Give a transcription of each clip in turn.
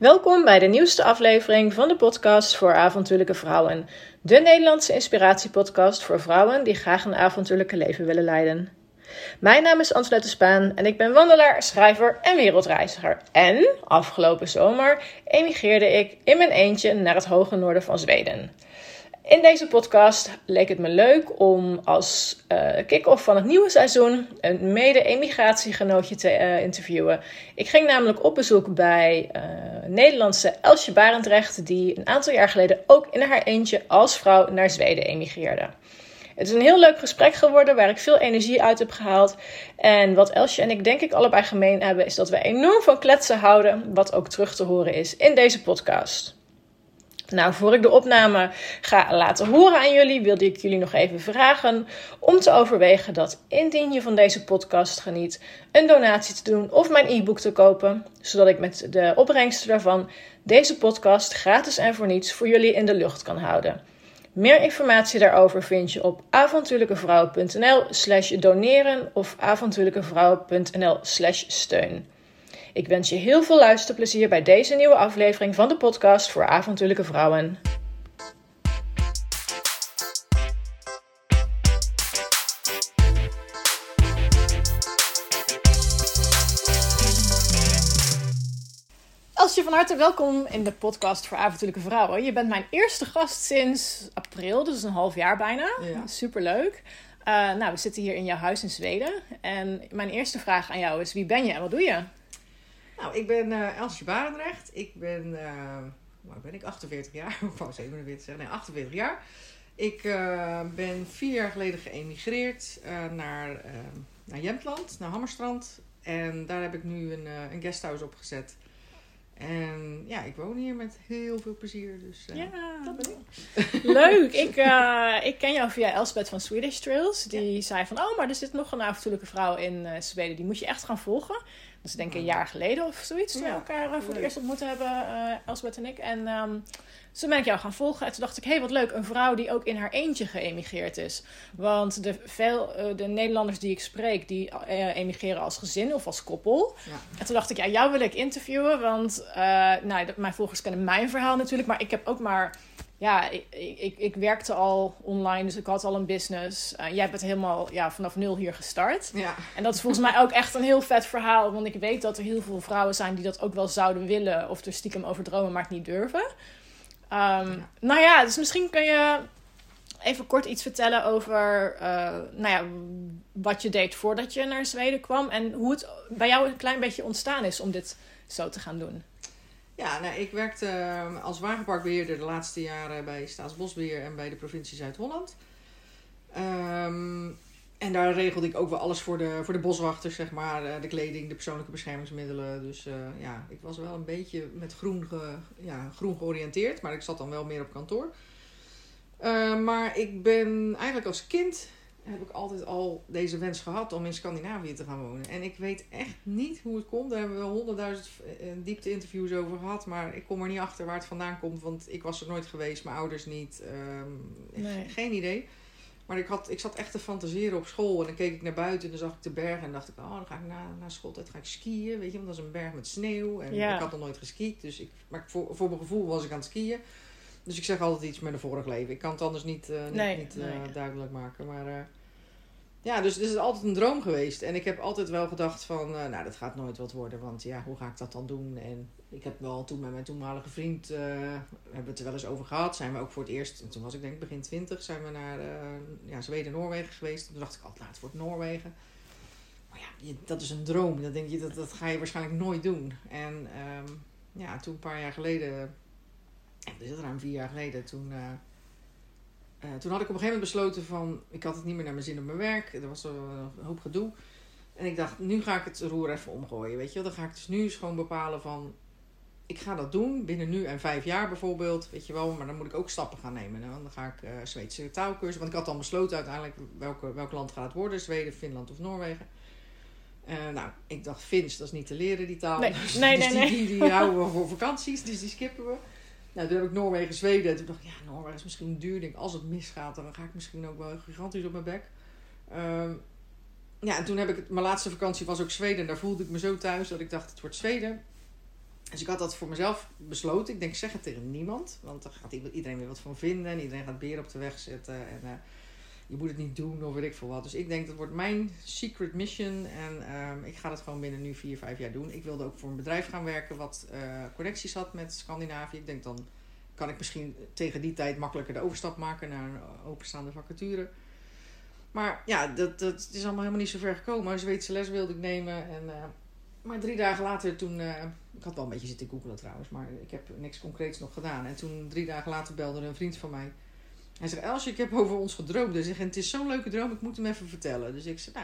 Welkom bij de nieuwste aflevering van de podcast voor avontuurlijke vrouwen. De Nederlandse inspiratiepodcast voor vrouwen die graag een avontuurlijke leven willen leiden. Mijn naam is Antoinette Spaan en ik ben wandelaar, schrijver en wereldreiziger. En afgelopen zomer emigreerde ik in mijn eentje naar het hoge noorden van Zweden. In deze podcast leek het me leuk om als kick-off van het nieuwe seizoen een mede-emigratiegenootje te interviewen. Ik ging namelijk op bezoek bij Nederlandse Elsje Barendrecht, die een aantal jaar geleden ook in haar eentje als vrouw naar Zweden emigreerde. Het is een heel leuk gesprek geworden waar ik veel energie uit heb gehaald. En wat Elsje en ik denk ik allebei gemeen hebben is dat we enorm van kletsen houden, wat ook terug te horen is in deze podcast. Nou, voor ik de opname ga laten horen aan jullie, wilde ik jullie nog even vragen om te overwegen dat indien je van deze podcast geniet, een donatie te doen of mijn e-book te kopen, zodat ik met de opbrengsten daarvan deze podcast gratis en voor niets voor jullie in de lucht kan houden. Meer informatie daarover vind je op avontuurlijkevrouwen.nl/doneren of avontuurlijkevrouwen.nl/steun. Ik wens je heel veel luisterplezier bij deze nieuwe aflevering van de podcast voor avontuurlijke vrouwen. Elsje, van harte welkom in de podcast voor avontuurlijke vrouwen. Je bent mijn eerste gast sinds april, dus een half jaar bijna. Ja. Superleuk. We zitten hier in jouw huis in Zweden. En mijn eerste vraag aan jou is, wie ben je en wat doe je? Nou, ik ben Elsje Barendrecht. Ik ben, 48 jaar? Ik wou 47 zeggen. Nee, 48 jaar. Ik ben 4 jaar geleden geëmigreerd naar Jämtland, naar Hammerstrand. En daar heb ik nu een guesthouse opgezet. En ja, ik woon hier met heel veel plezier. Dus dat ben ik. Leuk. Ik ken jou via Elsbeth van Swedish Trails. Die zei van, maar er zit nog een avontuurlijke vrouw in Zweden. Die moet je echt gaan volgen. Dat is denk ik een jaar geleden of zoiets. Toen we elkaar voor het eerst ontmoet hebben, Elsbeth en ik. En toen ben ik jou gaan volgen. En toen dacht ik, wat leuk. Een vrouw die ook in haar eentje geëmigreerd is. Want de Nederlanders die ik spreek, die emigreren als gezin of als koppel. Ja. En toen dacht ik, jou wil ik interviewen. Want mijn volgers kennen mijn verhaal natuurlijk. Maar ik heb ook maar... Ja, ik werkte al online, dus ik had al een business. Jij bent helemaal vanaf nul hier gestart. Ja. En dat is volgens mij ook echt een heel vet verhaal. Want ik weet dat er heel veel vrouwen zijn die dat ook wel zouden willen. Of er stiekem over dromen, maar het niet durven. Dus misschien kun je even kort iets vertellen over wat je deed voordat je naar Zweden kwam. En hoe het bij jou een klein beetje ontstaan is om dit zo te gaan doen. Ja, ik werkte als wagenparkbeheerder de laatste jaren bij Staatsbosbeheer en bij de provincie Zuid-Holland. En daar regelde ik ook wel alles voor de boswachters, zeg maar. De kleding, de persoonlijke beschermingsmiddelen. Dus ik was wel een beetje met groen georiënteerd. Maar ik zat dan wel meer op kantoor. Maar ik ben eigenlijk als kind... heb ik altijd al deze wens gehad om in Scandinavië te gaan wonen. En ik weet echt niet hoe het komt. Daar hebben we 100.000 diepte-interviews over gehad. Maar ik kom er niet achter waar het vandaan komt. Want ik was er nooit geweest, mijn ouders niet. Geen idee. Maar ik zat echt te fantaseren op school. En dan keek ik naar buiten en dan zag ik de bergen. En dacht ik, dan ga ik na schooltijd skiën. Weet je, want dat is een berg met sneeuw. En ik had nog nooit geskiet. Dus maar voor mijn gevoel was ik aan het skiën. Dus ik zeg altijd iets met een vorig leven. Ik kan het anders niet duidelijk maken. Maar dus het is altijd een droom geweest. En ik heb altijd wel gedacht van... dat gaat nooit wat worden. Want hoe ga ik dat dan doen? En ik heb wel toen met mijn toenmalige vriend... hebben we het er wel eens over gehad. Zijn we ook voor het eerst... En toen was ik denk begin 20. Zijn we naar Zweden en Noorwegen geweest. En toen dacht ik altijd, het wordt Noorwegen. Maar dat is een droom. Dan denk je, dat ga je waarschijnlijk nooit doen. En toen een paar jaar geleden... Dit is ruim 4 jaar geleden. Toen had ik op een gegeven moment besloten van... Ik had het niet meer naar mijn zin op mijn werk. Er was een hoop gedoe. En ik dacht, nu ga ik het roer even omgooien. Weet je wel? Dan ga ik dus nu eens gewoon bepalen van... Ik ga dat doen binnen nu en 5 jaar bijvoorbeeld. Weet je wel, maar dan moet ik ook stappen gaan nemen. Dan ga ik Zweedse taalkursus. Want ik had dan besloten uiteindelijk welk land gaat het worden. Zweden, Finland of Noorwegen. Ik dacht Fins, dat is niet te leren die taal. Nee. Die houden we voor vakanties. Dus die skippen we. Nou, toen heb ik Noorwegen, Zweden. En toen dacht ik, Noorwegen is misschien duur. Ik denk, als het misgaat, dan ga ik misschien ook wel gigantisch op mijn bek. En toen heb ik mijn laatste vakantie was ook Zweden. En daar voelde ik me zo thuis dat ik dacht, het wordt Zweden. Dus ik had dat voor mezelf besloten. Ik denk, zeg het tegen niemand. Want daar gaat iedereen weer wat van vinden. En iedereen gaat beren op de weg zetten. En je moet het niet doen of weet ik veel wat. Dus ik denk, dat wordt mijn secret mission. En ik ga dat gewoon binnen nu 4-5 jaar doen. Ik wilde ook voor een bedrijf gaan werken wat connecties had met Scandinavië. Ik denk, dan kan ik misschien tegen die tijd makkelijker de overstap maken naar een openstaande vacature. Maar ja, dat is allemaal helemaal niet zo ver gekomen. Een Zweedse les wilde ik nemen. Maar 3 dagen later toen... ik had wel een beetje zitten googelen trouwens. Maar ik heb niks concreets nog gedaan. En toen 3 dagen later belde een vriend van mij. Hij zegt, Elsje, ik heb over ons gedroomd. Hij zegt, en het is zo'n leuke droom. Ik moet hem even vertellen. Dus ik zei,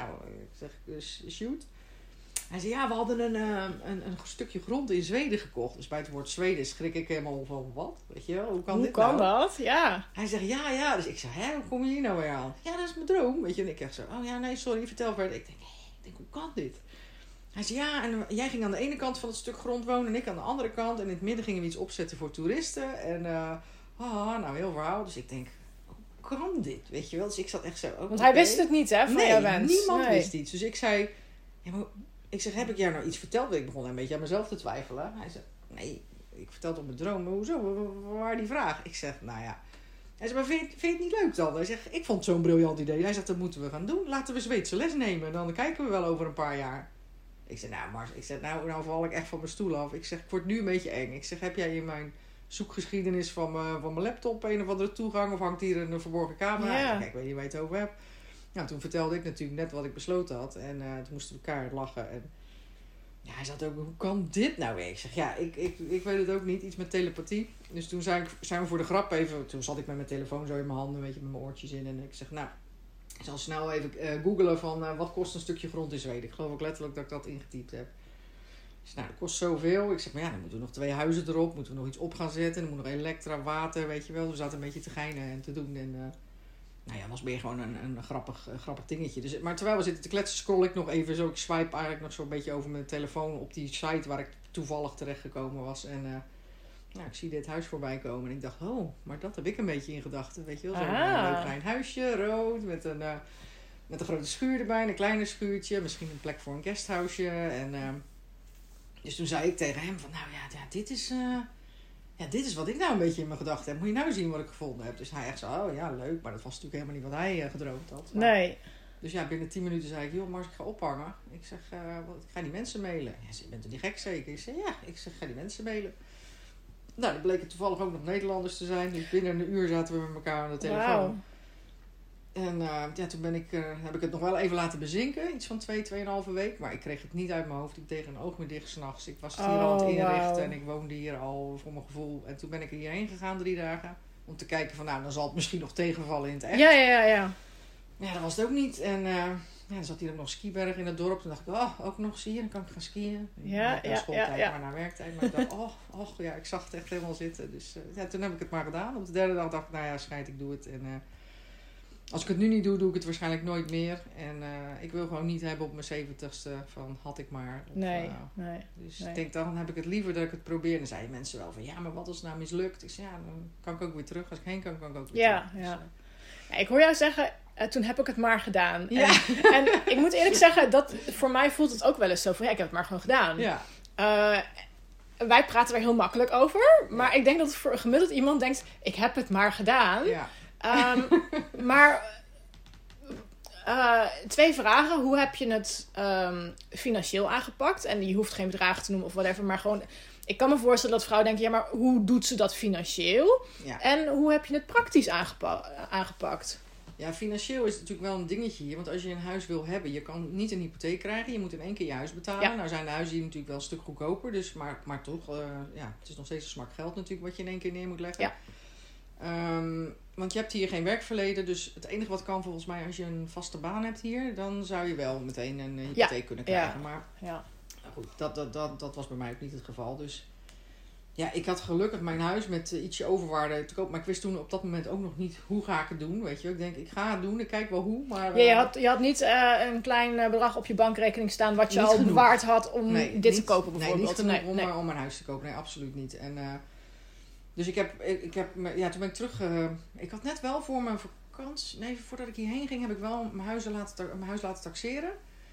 shoot. Hij zei, ja, we hadden een stukje grond in Zweden gekocht. Dus bij het woord Zweden schrik ik helemaal van, wat? Weet je wel, hoe kan dat? Ja. Hij zegt, ja. Dus ik zei, hoe kom je hier nou weer aan? Ja, dat is mijn droom. Weet je, en ik echt zo, oh ja, nee, sorry, vertel verder. Ik denk, hoe kan dit? Hij zei, ja, en jij ging aan de ene kant van het stuk grond wonen en ik aan de andere kant. En in het midden gingen we iets opzetten voor toeristen. En, nou, heel verhaal. Dus ik denk, hoe kan dit? Weet je wel? Dus ik zat echt zo, want hij wist het niet, hè, van jouw wens. Niemand wist iets. Dus ik zei, ja, maar... Ik zeg, heb ik jou nou iets verteld? Ik begon een beetje aan mezelf te twijfelen. Hij zei, nee, ik vertel het op mijn droom. Maar hoezo? Waar die vraag? Ik zeg, nou ja. Hij zei, maar vind je het niet leuk dan? Hij zegt, ik vond het zo'n briljant idee. Hij zegt, dat moeten we gaan doen. Laten we Zweedse les nemen. Dan kijken we wel over een paar jaar. Ik zeg, nou Mars, nou val ik echt van mijn stoel af. Ik zeg, ik word nu een beetje eng. Ik zeg, heb jij in mijn zoekgeschiedenis van mijn laptop een of andere toegang? Of hangt hier een verborgen camera? Ja. Kijk, ik weet niet waar je het over hebt. Nou, toen vertelde ik natuurlijk net wat ik besloten had. En toen moesten we elkaar lachen. En ja, hij zat ook, hoe kan dit nou weer? Ik zeg, ja, ik weet het ook niet. Iets met telepathie. Dus toen zijn we voor de grap even... Toen zat ik met mijn telefoon zo in mijn handen, weet je, met mijn oortjes in. En ik zeg, nou, ik zal snel even googlen van wat kost een stukje grond in Zweden. Ik geloof ook letterlijk dat ik dat ingetypt heb. Dus nou, dat kost zoveel. Ik zeg, maar ja, dan moeten we nog 2 huizen erop. Moeten we nog iets op gaan zetten. Dan moet nog elektra, water, weet je wel. We zaten een beetje te geinen en te doen. En nou ja, was meer gewoon een grappig dingetje. Dus, maar terwijl we zitten te kletsen, scroll ik nog even zo. Ik swipe eigenlijk nog zo'n beetje over mijn telefoon op die site waar ik toevallig terechtgekomen was. En nou, ik zie dit huis voorbij komen. En ik dacht, oh, maar dat heb ik een beetje in gedachten. Weet je wel, zo'n leuk klein huisje, rood, met een grote schuur erbij, een kleiner schuurtje. Misschien een plek voor een guesthuisje. En dus toen zei ik tegen hem van, nou ja, dit is wat ik nou een beetje in mijn gedachten heb. Moet je nou zien wat ik gevonden heb. Dus hij echt zo, oh ja, leuk. Maar dat was natuurlijk helemaal niet wat hij gedroomd had. Maar, nee. Dus ja, binnen 10 minuten zei ik, joh Mars, ik ga ophangen. Ik zeg, ik ga die mensen mailen. Ja, je bent er niet gek zeker? Ik zeg, ja. Ik zeg, ga die mensen mailen. Nou, dan bleken toevallig ook nog Nederlanders te zijn. Dus binnen een uur zaten we met elkaar aan de telefoon. Wow. En toen heb ik het nog wel even laten bezinken. Iets van 2,5 week. Maar ik kreeg het niet uit mijn hoofd. Ik deed een oog meer dicht 's nachts. Ik was het hier al aan het inrichten. En ik woonde hier al voor mijn gevoel. En toen ben ik er hierheen gegaan 3 dagen. Om te kijken van, nou, dan zal het misschien nog tegenvallen in het echt. Ja. Ja, dat was het ook niet. En dan zat hier ook nog een skiberg in het dorp. Toen dacht ik, ook nog skiën. Dan kan ik gaan skiën. Ja. Maar naar werktijd. Maar ik dacht, ik zag het echt helemaal zitten. Dus toen heb ik het maar gedaan. Op de 3e dag dacht ik, nou ja, schijt, ik doe het. En als ik het nu niet doe, doe ik het waarschijnlijk nooit meer. En ik wil gewoon niet hebben op mijn 70ste van had ik maar. Of, nee. Dus ik denk, dan heb ik het liever dat ik het probeer. En dan zeiden mensen wel van, ja, maar wat als het nou mislukt? Ik zei, ja, dan kan ik ook weer terug. Als ik heen kan, kan ik ook weer terug. Dus, ja, ik hoor jou zeggen, toen heb ik het maar gedaan. Ja. En ik moet eerlijk zeggen, dat voor mij voelt het ook wel eens zo van, ja, ik heb het maar gewoon gedaan. Ja. Wij praten er heel makkelijk over. Maar ik denk dat het voor gemiddeld iemand denkt, ik heb het maar gedaan. Ja. Maar 2 vragen. Hoe heb je het financieel aangepakt? En je hoeft geen bedragen te noemen of whatever. Maar gewoon, ik kan me voorstellen dat vrouwen denken, ja, maar hoe doet ze dat financieel? Ja. En hoe heb je het praktisch aangepakt? Ja, financieel is het natuurlijk wel een dingetje hier. Want als je een huis wil hebben, je kan niet een hypotheek krijgen. Je moet in 1 keer je huis betalen. Ja. Nou zijn de huizen hier natuurlijk wel een stuk goedkoper. Dus, maar toch, het is nog steeds een smak geld natuurlijk wat je in 1 keer neer moet leggen. Ja. Want je hebt hier geen werkverleden. Dus het enige wat kan volgens mij, als je een vaste baan hebt hier, dan zou je wel meteen een hypotheek kunnen krijgen. Maar nou goed, dat was bij mij ook niet het geval. Dus ja, ik had gelukkig mijn huis met ietsje overwaarde te koop. Maar ik wist toen op dat moment ook nog niet hoe ga ik het doen. Weet je, ik denk, ik ga het doen. Ik kijk wel hoe. Maar, je had niet een klein bedrag op je bankrekening staan wat je al genoeg bewaard had om dit te kopen bijvoorbeeld. Nee, niet genoeg om mijn huis te kopen. Nee, absoluut niet. En dus toen ben ik terug. Ik had net wel voor mijn vakantie, voordat ik hierheen ging, heb ik wel mijn huis laten taxeren.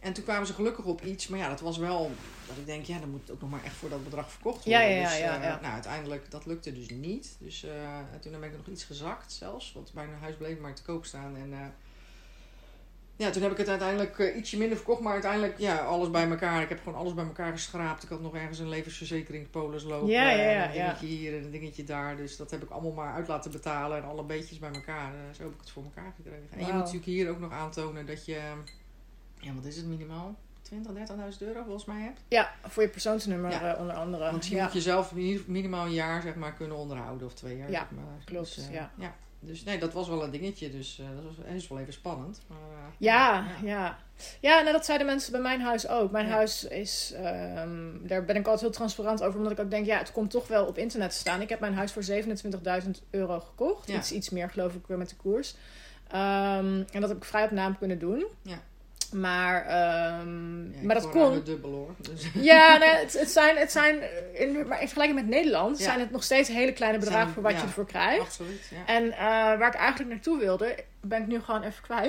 En toen kwamen ze gelukkig op iets. Maar ja, dat was wel... Dat ik denk, ja, dan moet het ook nog maar echt voor dat bedrag verkocht worden. Ja. Nou, uiteindelijk, dat lukte dus niet. Dus toen ben ik er nog iets gezakt zelfs. Want mijn huis bleef maar te koop staan. En toen heb ik het uiteindelijk ietsje minder verkocht. Maar uiteindelijk, ja, alles bij elkaar. Ik heb gewoon alles bij elkaar geschraapt. Ik had nog ergens een levensverzekeringspolis lopen. Een dingetje hier en een dingetje daar. Dus dat heb ik allemaal maar uit laten betalen. En alle beetjes bij elkaar. Zo heb ik het voor elkaar gekregen. En je moet natuurlijk hier ook nog aantonen dat je... Ja, wat is het minimaal? 20.000, 30.000 euro volgens mij hebt. Ja, voor je persoonsnummer onder andere. Want je moet jezelf minimaal een jaar zeg maar kunnen onderhouden. Of 2 jaar. Ja, zeg maar. klopt. Dus, dus nee, dat was wel een dingetje. Dus dat was wel even spannend. Maar, Ja, nou, dat zeiden mensen bij mijn huis ook. Mijn huis is... daar ben ik altijd heel transparant over. Omdat ik ook denk, ja, het komt toch wel op internet te staan. Ik heb mijn huis voor 27.000 euro gekocht. Ja. Iets meer geloof ik met de koers. En dat heb ik vrij op naam kunnen doen. Ja. Maar dat kon... dubbel hoor. Dus. Ja, nee, het zijn maar in vergelijking met Nederland zijn het nog steeds hele kleine bedragen voor wat je ervoor krijgt. Absoluut, ja. En waar ik eigenlijk naartoe wilde, ben ik nu gewoon even kwijt.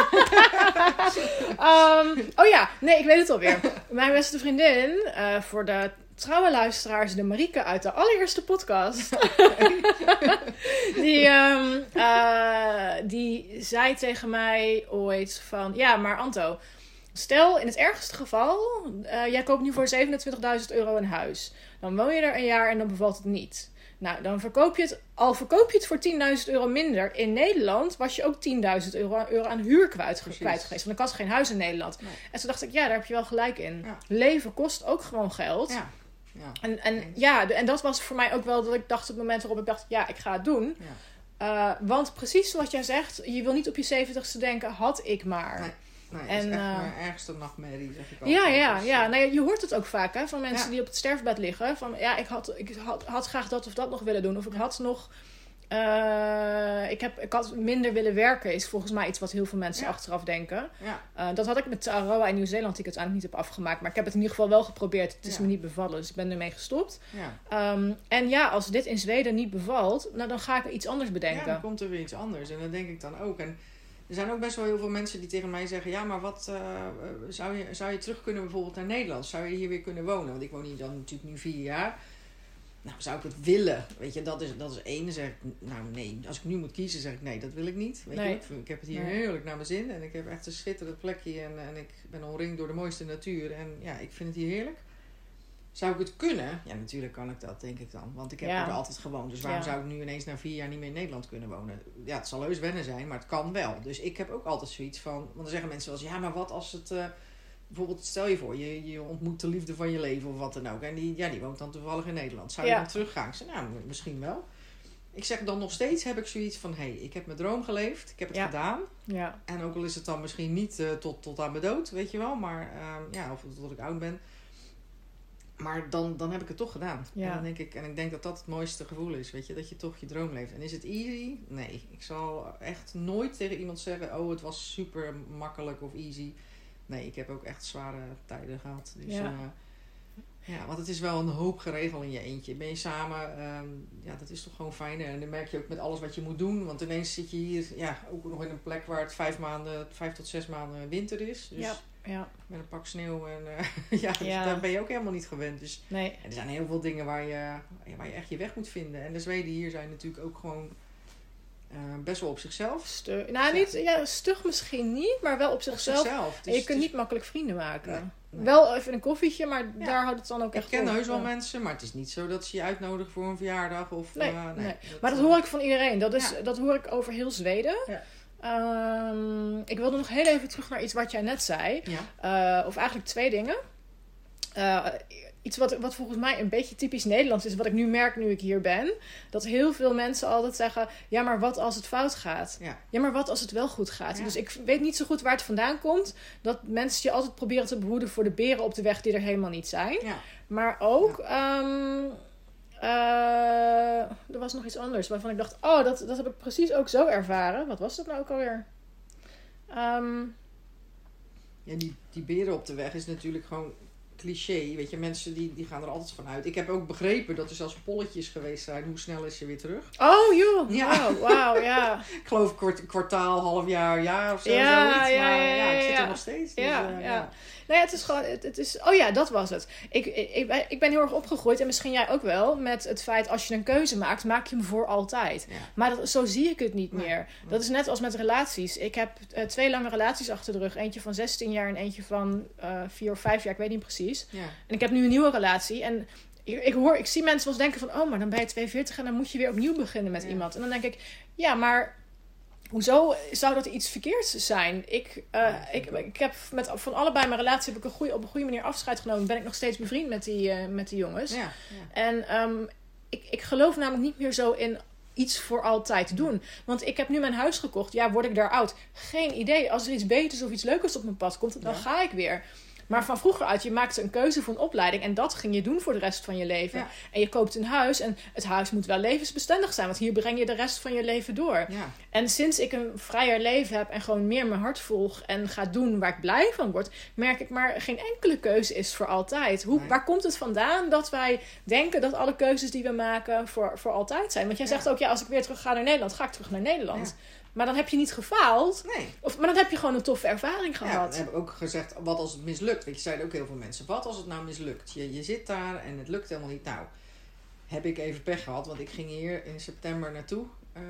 Ik weet het alweer. Mijn beste vriendin, voor de trouwe luisteraars, de Marieke uit de allereerste podcast. Die zei tegen mij ooit van... Ja, maar Anto, stel in het ergste geval... jij koopt nu voor 27.000 euro een huis. Dan woon je er een jaar en dan bevalt het niet. Nou, dan verkoop je het... Al verkoop je het voor 10.000 euro minder. In Nederland was je ook 10.000 euro aan huur kwijt geweest. Want ik had geen huis in Nederland. Nee. En toen dacht ik, ja, daar heb je wel gelijk in. Ja. Leven kost ook gewoon geld. Ja. Ja. En dat was voor mij ook wel dat ik dacht op het moment waarop ik dacht, ja, ik ga het doen. Ja. Want precies zoals jij zegt, je wil niet op je 70ste denken, had ik maar. Nee, dat is echt mijn ergste nachtmerrie, zeg ik al. Nou, je hoort het ook vaak hè, van mensen die op het sterfbed liggen. Van ja, ik had graag dat of dat nog willen doen. Of ik had nog... ik had minder willen werken, is volgens mij iets wat heel veel mensen achteraf denken. Ja. Dat had ik met Aroa in Nieuw-Zeeland, die ik uiteindelijk niet heb afgemaakt. Maar ik heb het in ieder geval wel geprobeerd. Het is me niet bevallen, dus ik ben ermee gestopt. Ja. Als dit in Zweden niet bevalt, nou, dan ga ik iets anders bedenken. Ja, dan komt er weer iets anders. En dat denk ik dan ook. En er zijn ook best wel heel veel mensen die tegen mij zeggen... Ja, maar wat zou je terug kunnen bijvoorbeeld naar Nederland? Zou je hier weer kunnen wonen? Want ik woon hier dan natuurlijk nu 4 jaar... Nou, zou ik het willen? Weet je, dat is één. Dan zeg ik, nou nee, als ik nu moet kiezen, zeg ik nee, dat wil ik niet. Weet je, ik heb het hier heerlijk naar mijn zin. En ik heb echt een schitterend plekje. En ik ben omringd door de mooiste natuur. En ja, ik vind het hier heerlijk. Zou ik het kunnen? Ja, natuurlijk kan ik dat, denk ik dan. Want ik heb er altijd gewoond. Dus waarom zou ik nu ineens na 4 jaar niet meer in Nederland kunnen wonen? Ja, het zal heus wennen zijn, maar het kan wel. Dus ik heb ook altijd zoiets van... Want dan zeggen mensen wel eens, ja, maar wat als het... bijvoorbeeld, stel je voor, je ontmoet de liefde van je leven of wat dan ook. En die woont dan toevallig in Nederland. Zou je dan teruggaan? Ik zeg, nou, misschien wel. Ik zeg dan nog steeds, heb ik zoiets van... ik heb mijn droom geleefd. Ik heb het gedaan. Ja. En ook al is het dan misschien niet tot aan mijn dood, weet je wel. Maar, of tot ik oud ben. Maar dan heb ik het toch gedaan. Ja. En dan denk ik, ik denk dat dat het mooiste gevoel is, weet je. Dat je toch je droom leeft. En is het easy? Nee. Ik zal echt nooit tegen iemand zeggen... Oh, het was super makkelijk of easy... Nee, ik heb ook echt zware tijden gehad. Dus, want het is wel een hoop geregeld in je eentje. Ben je samen, dat is toch gewoon fijn. En dan merk je ook met alles wat je moet doen. Want ineens zit je hier ook nog in een plek waar het 5 tot 6 maanden winter is. Dus met een pak sneeuw. En daar ben je ook helemaal niet gewend. Dus en er zijn heel veel dingen waar je echt je weg moet vinden. En de Zweden hier zijn natuurlijk ook gewoon... best wel op zichzelf. Stug misschien niet, maar wel op zichzelf. Dus, en je kunt niet makkelijk vrienden maken. Nee. Wel even een koffietje, maar daar houdt het dan ook echt op. Ik ken heus wel mensen, maar het is niet zo dat ze je uitnodigen voor een verjaardag. Of, nee. Maar dat hoor ik van iedereen. Dat hoor ik over heel Zweden. Ja. Ik wilde nog heel even terug naar iets wat jij net zei. Ja. Of eigenlijk 2 dingen. Iets wat volgens mij een beetje typisch Nederlands is, wat ik nu merk nu ik hier ben. Dat heel veel mensen altijd zeggen, ja, maar wat als het fout gaat? Ja, maar wat als het wel goed gaat? Ja. Dus ik weet niet zo goed waar het vandaan komt. Dat mensen je altijd proberen te behoeden voor de beren op de weg die er helemaal niet zijn. Ja. Maar ook, er was nog iets anders waarvan ik dacht, oh, dat heb ik precies ook zo ervaren. Wat was dat nou ook alweer? Die beren op de weg is natuurlijk gewoon... cliché. Weet je, mensen die gaan er altijd van uit. Ik heb ook begrepen dat er zelfs polletjes geweest zijn. Hoe snel is ze weer terug? Oh joh, Ja. Wauw, ja. Ik geloof kwartaal, half jaar of zo. Ja, zoiets. ja, Maar ja, ik zit ja. er nog steeds. Dus, Ja. Nou ja, het is gewoon, het is, oh ja, dat was het. Ik ben heel erg opgegroeid en misschien jij ook wel met het feit als je een keuze maakt, maak je hem voor altijd. Ja. Maar zo zie ik het niet Nee. meer. Dat is net als met relaties. Ik heb 2 lange relaties achter de rug. Eentje van 16 jaar en eentje van 4 of 5 jaar, ik weet niet precies. Ja. En ik heb nu een nieuwe relatie en ik zie mensen wel eens denken van, oh, maar dan ben je 42 en dan moet je weer opnieuw beginnen met iemand. En dan denk ik, ja, maar hoezo zou dat iets verkeerds zijn? Ik heb van allebei mijn relatie heb ik op een goede manier afscheid genomen. Ben ik nog steeds bevriend met die jongens. Ja. En ik geloof namelijk niet meer zo in iets voor altijd doen. Want ik heb nu mijn huis gekocht. Ja, word ik daar oud? Geen idee. Als er iets beters of iets leukers op mijn pad komt, dan ga ik weer. Maar van vroeger uit, je maakte een keuze voor een opleiding en dat ging je doen voor de rest van je leven. Ja. En je koopt een huis en het huis moet wel levensbestendig zijn, want hier breng je de rest van je leven door. Ja. En sinds ik een vrijer leven heb en gewoon meer mijn hart volg en ga doen waar ik blij van word, merk ik maar geen enkele keuze is voor altijd. Waar komt het vandaan dat wij denken dat alle keuzes die we maken voor altijd zijn? Want jij zegt ook, ja, als ik weer terug ga naar Nederland, ga ik terug naar Nederland. Ja. Maar dan heb je niet gefaald. Nee. Maar dan heb je gewoon een toffe ervaring gehad. Ja, dan heb ik ook gezegd, wat als het mislukt? Weet je, zeiden ook heel veel mensen. Wat als het nou mislukt? Je zit daar en het lukt helemaal niet. Nou, heb ik even pech gehad. Want ik ging hier in september naartoe.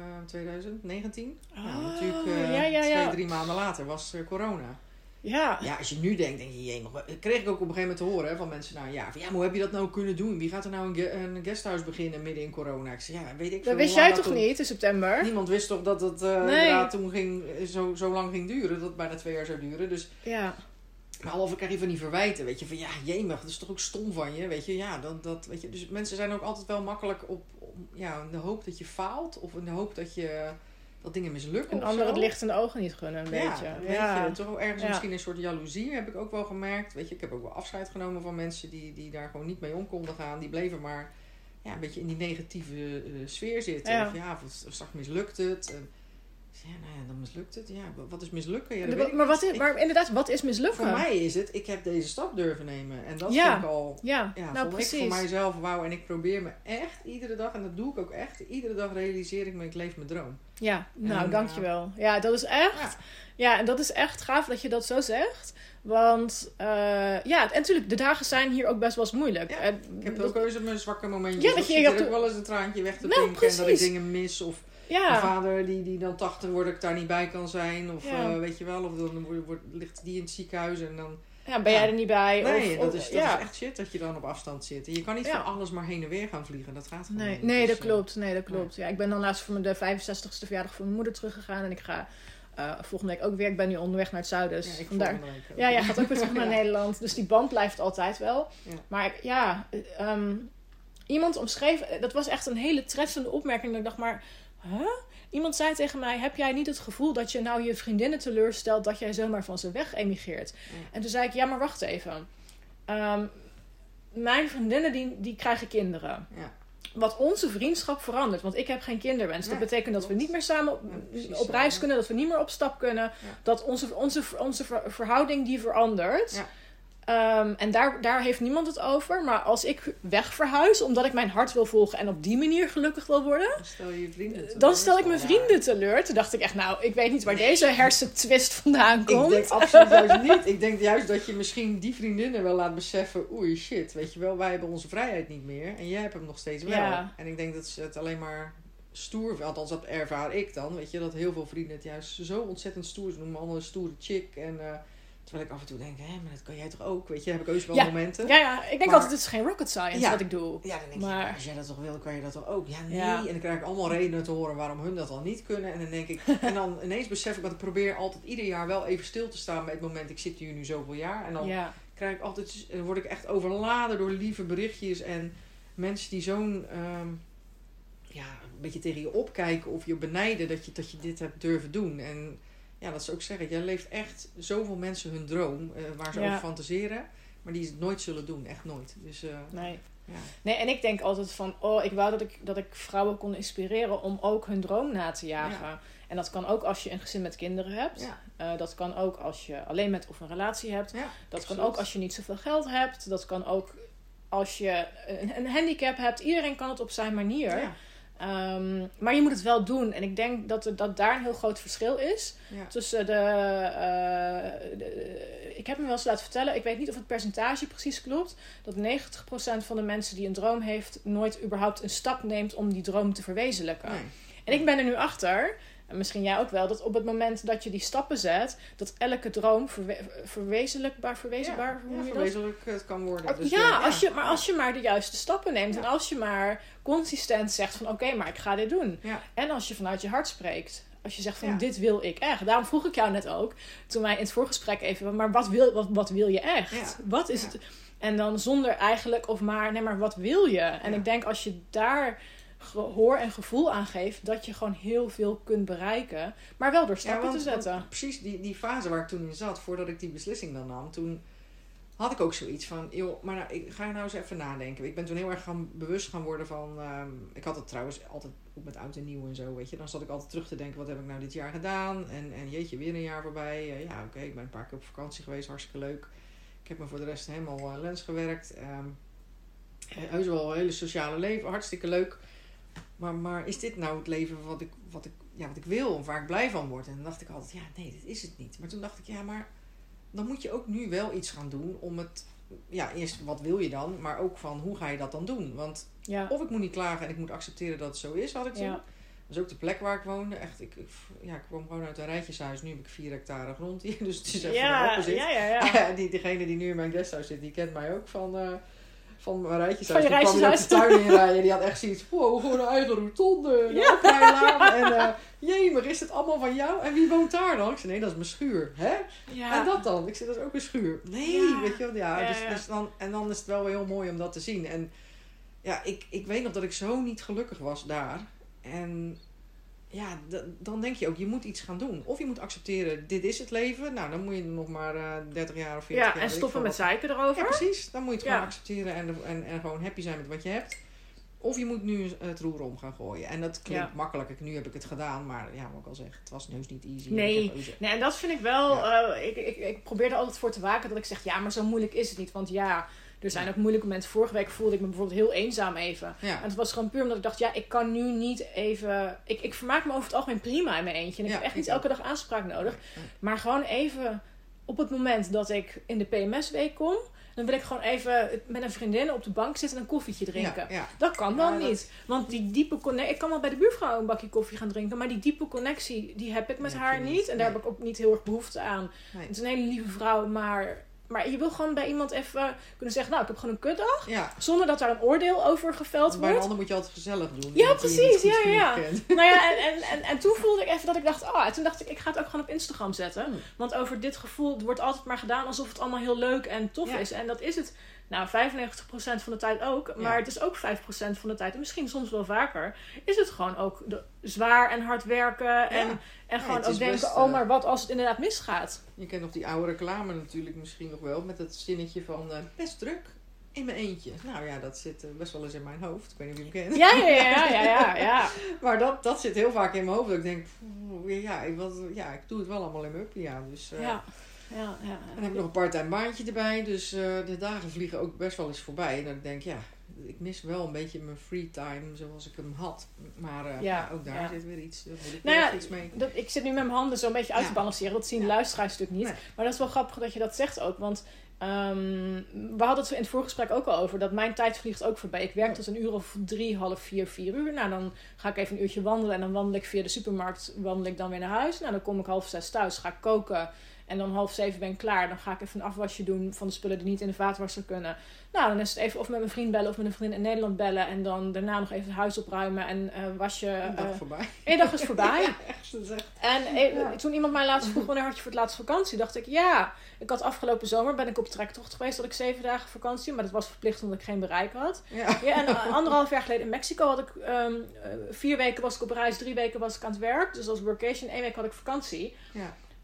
2019. Nou, natuurlijk 2-3 maanden later was corona. Ja. Ja, als je nu denkt, denk je, jee, kreeg ik ook op een gegeven moment te horen van mensen, nou ja, van, ja, maar hoe heb je dat nou kunnen doen? Wie gaat er nou een guesthouse beginnen midden in corona? Ik zei, ja, weet ik veel. Dat wist jij toch niet in september? Niemand wist toch dat het inderdaad toen zo lang ging duren, dat het bijna 2 jaar zou duren. Dus, ja. Maar halve krijg je van die verwijten, weet je, van ja, jemig, dat is toch ook stom van je, weet je. Ja, weet je. Dus mensen zijn ook altijd wel makkelijk op in de hoop dat je faalt of in de hoop dat dingen mislukken. En anderen het licht in de ogen niet gunnen, een beetje. Ja, weet je, toch ergens misschien een soort jaloezie heb ik ook wel gemerkt. Weet je, ik heb ook wel afscheid genomen van mensen die daar gewoon niet mee om konden gaan. Die bleven maar een beetje in die negatieve sfeer zitten. Ja. Of straks mislukt het. Ja, nou ja, dan mislukt het. Ja, wat is mislukken? Ja, maar inderdaad, wat is mislukken? Voor mij is het, ik heb deze stap durven nemen. En dat vind ik al... nou precies. Ik voor mijzelf wauw. En ik probeer me echt iedere dag, en dat doe ik ook echt, iedere dag realiseer ik me, ik leef mijn droom. Ja, nou dankjewel. Ja, dat is echt... Ja, en dat is echt gaaf dat je dat zo zegt. Want en natuurlijk, de dagen zijn hier ook best wel eens moeilijk. Ja, ik heb ook wel eens mijn zwakke momentjes. Ja, dat je ook wel eens een traantje weg te pinken en dat ik dingen mis of... Ja. Mijn vader die dan 80 wordt, dat ik daar niet bij kan zijn. Of weet je wel, of dan ligt die in het ziekenhuis en dan... Ja, ben jij er niet bij? Nee, dat is echt shit dat je dan op afstand zit. En je kan niet van alles maar heen en weer gaan vliegen. Dat gaat gewoon niet. Nee, dat klopt. Ja, ik ben dan laatst voor de 65ste verjaardag van mijn moeder teruggegaan. En ik ga volgende week ook weer. Ik ben nu onderweg naar het zuiden. Dus vandaar. Ja, jij gaat ook weer terug naar Nederland. Dus die band blijft altijd wel. Ja. Maar iemand omschreef... Dat was echt een hele treffende opmerking. Dat ik dacht, maar... Iemand zei tegen mij, heb jij niet het gevoel dat je nou je vriendinnen teleurstelt dat jij zomaar van ze weg emigreert? Ja. En toen zei ik, ja, maar wacht even. Mijn vriendinnen die krijgen kinderen. Ja. Wat onze vriendschap verandert, want ik heb geen kinderwens. Ja, dat betekent dat we niet meer samen op reis kunnen, dat we niet meer op stap kunnen. Ja. Dat onze verhouding die verandert. Ja. En daar heeft niemand het over. Maar als ik wegverhuis, omdat ik mijn hart wil volgen en op die manier gelukkig wil worden, dan stel ik mijn vrienden teleur. Toen dacht ik echt, nou, ik weet niet waar deze hersentwist vandaan komt. Ik denk absoluut juist niet. Ik denk juist dat je misschien die vriendinnen wel laat beseffen, oei shit, weet je wel, wij hebben onze vrijheid niet meer en jij hebt hem nog steeds wel. Ja. En ik denk dat ze het alleen maar stoer, althans dat ervaar ik dan, weet je, dat heel veel vrienden het juist zo ontzettend stoer, ze noemen me allemaal een stoere chick en... Terwijl ik af en toe denk, maar dat kan jij toch ook? Weet je, heb ik heus wel momenten. Ja, ik denk altijd, het is geen rocket science wat ik doe. Ja, dan denk ik, als jij dat toch wil, kan je dat toch ook? Ja, nee. Ja. En dan krijg ik allemaal redenen te horen waarom hun dat al niet kunnen. En dan denk ik, en dan ineens besef ik, want ik probeer altijd ieder jaar wel even stil te staan bij het moment, ik zit hier nu zoveel jaar. En dan krijg ik altijd, word ik echt overladen door lieve berichtjes en mensen die zo'n, een beetje tegen je opkijken of je benijden dat je dit hebt durven doen. En ja, dat ze ook zeggen, jij leeft echt zoveel mensen hun droom, waar ze over fantaseren, maar die het nooit zullen doen, echt nooit. Dus, nee. Nee, en ik denk altijd van, ik wou dat ik vrouwen kon inspireren om ook hun droom na te jagen. Ja. En dat kan ook als je een gezin met kinderen hebt. Ja. Dat kan ook als je alleen met of een relatie hebt. Ja, dat kan ook als je niet zoveel geld hebt. Dat kan ook als je een handicap hebt. Iedereen kan het op zijn manier. Ja. Maar je moet het wel doen. En ik denk dat daar een heel groot verschil is. Ja. Tussen ik heb me wel eens laten vertellen, ik weet niet of het percentage precies klopt, dat 90% van de mensen die een droom heeft, nooit überhaupt een stap neemt om die droom te verwezenlijken. Nee. En ik ben er nu achter, en misschien jij ook wel, dat op het moment dat je die stappen zet, dat elke droom verwezenlijkbaar kan worden. Dus als je maar de juiste stappen neemt. Ja. En als je maar consistent zegt van oké, maar ik ga dit doen. Ja. En als je vanuit je hart spreekt. Als je zegt van dit wil ik echt. Daarom vroeg ik jou net ook, toen wij in het voorgesprek even, maar wat wil je echt? Ja. Wat is het? En dan zonder eigenlijk of maar wat wil je? En ik denk als je daar gehoor en gevoel aangeeft, dat je gewoon heel veel kunt bereiken, maar wel door stappen te zetten. Want precies die fase waar ik toen in zat, voordat ik die beslissing dan nam, toen had ik ook zoiets van, joh, maar ik ga nou eens even nadenken. Ik ben toen heel erg bewust gaan worden van, ik had het trouwens altijd ook met oud en nieuw en zo, weet je. Dan zat ik altijd terug te denken, wat heb ik nou dit jaar gedaan? En jeetje, weer een jaar voorbij. Ik ben een paar keer op vakantie geweest, hartstikke leuk. Ik heb me voor de rest helemaal lens gewerkt. Heus wel een hele sociale leven, hartstikke leuk. Maar is dit nou het leven wat ik wil of waar ik blij van word? En dan dacht ik altijd, nee, dit is het niet. Maar toen dacht ik, maar dan moet je ook nu wel iets gaan doen om het... Ja, eerst wat wil je dan? Maar ook van, hoe ga je dat dan doen? Want of ik moet niet klagen en ik moet accepteren dat het zo is, had ik toen. Ja. Dat is ook de plek waar ik woonde. Echt, ik kwam gewoon uit een rijtjeshuis. Nu heb ik 4 hectare grond hier. Dus het is echt van de opposite. Ja. Degene die nu in mijn guesthouse zit, die kent mij ook van mijn rijtjeshuis. Van je rijtjeshuis? Die kwam je op de tuin inrijden. Die had echt zoiets van, gewoon een eigen rotonde. En jee, is het allemaal van jou? En wie woont daar dan? Ik zei, nee, dat is mijn schuur. Hè? Ja. En dat dan? Ik zei, dat is ook een schuur. Nee, weet je wel. Dus dan is het wel heel mooi om dat te zien. En ik weet nog dat ik zo niet gelukkig was daar. En dan denk je ook, je moet iets gaan doen. Of je moet accepteren, dit is het leven. Nou, dan moet je nog maar 30 jaar of 40 jaar... Ja, en stoppen met zeiken erover. Ja, precies. Dan moet je het gewoon accepteren en gewoon happy zijn met wat je hebt. Of je moet nu het roer om gaan gooien. En dat klinkt makkelijk. Nu heb ik het gedaan. Maar wat ik al zeg, het was heus niet easy. Nee, en dat vind ik wel... Ja. Ik probeer er altijd voor te waken dat ik zeg, maar zo moeilijk is het niet. Want er zijn ook moeilijke momenten. Vorige week voelde ik me bijvoorbeeld heel eenzaam even. Ja. En het was gewoon puur omdat ik dacht, ik kan nu niet even... Ik vermaak me over het algemeen prima in mijn eentje. En ik heb echt niet elke dag aanspraak nodig. Maar gewoon even op het moment dat ik in de PMS-week kom... Dan wil ik gewoon even met een vriendin op de bank zitten en een koffietje drinken. Ja. Dat kan dan niet. Want die diepe connectie... Ik kan wel bij de buurvrouw een bakje koffie gaan drinken. Maar die diepe connectie, die heb ik met haar niet. En daar heb ik ook niet heel erg behoefte aan. Nee. Het is een hele lieve vrouw, maar je wil gewoon bij iemand even kunnen zeggen... Nou, ik heb gewoon een kutdag. Ja. Zonder dat daar een oordeel over geveld wordt. Bij een ander moet je altijd gezellig doen. Ja, precies. En toen voelde ik even dat ik dacht... En toen dacht ik ga het ook gewoon op Instagram zetten. Want over dit gevoel, het wordt altijd maar gedaan... alsof het allemaal heel leuk en tof is. En dat is het... Nou, 95% van de tijd ook. Maar het is ook 5% van de tijd. En misschien soms wel vaker. Is het gewoon ook zwaar en hard werken. En gewoon ook denken, best, maar wat als het inderdaad misgaat? Je kent nog die oude reclame natuurlijk misschien nog wel. Met het zinnetje van best druk in mijn eentje. Nou ja, dat zit best wel eens in mijn hoofd. Ik weet niet of je hem kent. Ja. Maar dat zit heel vaak in mijn hoofd. Dat ik denk, ik doe het wel allemaal in mijn uppie. Ja, dus... Ja. En dan heb ik nog een part-time baantje erbij. Dus de dagen vliegen ook best wel eens voorbij. En dan denk ik, ik mis wel een beetje mijn free time zoals ik hem had. Maar ook daar zit weer iets. Iets mee. Ik zit nu met mijn handen zo een beetje uit te balanceren. Dat zien de luisteraars natuurlijk niet. Nee. Maar dat is wel grappig dat je dat zegt ook. Want we hadden het in het voorgesprek ook al over. Dat mijn tijd vliegt ook voorbij. Ik werk tot een uur of 3, half 4, 4 uur. Nou, dan ga ik even een uurtje wandelen. En dan wandel ik via de supermarkt. Wandel ik dan weer naar huis. Nou, dan kom ik 5:30 thuis. Ga ik koken. En dan 6:30 ben ik klaar. Dan ga ik even een afwasje doen van de spullen die niet in de vaatwasser kunnen. Nou, dan is het even of met mijn vriend bellen of met een vriendin in Nederland bellen. En dan daarna nog even het huis opruimen en wasje. Een dag voorbij. Een dag is voorbij. Echt, dat is echt... En toen iemand mij laatst vroeg, wanneer had je voor het laatst vakantie? Dacht ik, ik had afgelopen zomer ben ik op trektocht geweest. Had ik 7 dagen vakantie. Maar dat was verplicht omdat ik geen bereik had. En 1,5 jaar geleden in Mexico had ik 4 weken was ik op reis. 3 weken was ik aan het werk. Dus als workation. 1 week had ik vakantie. Ja.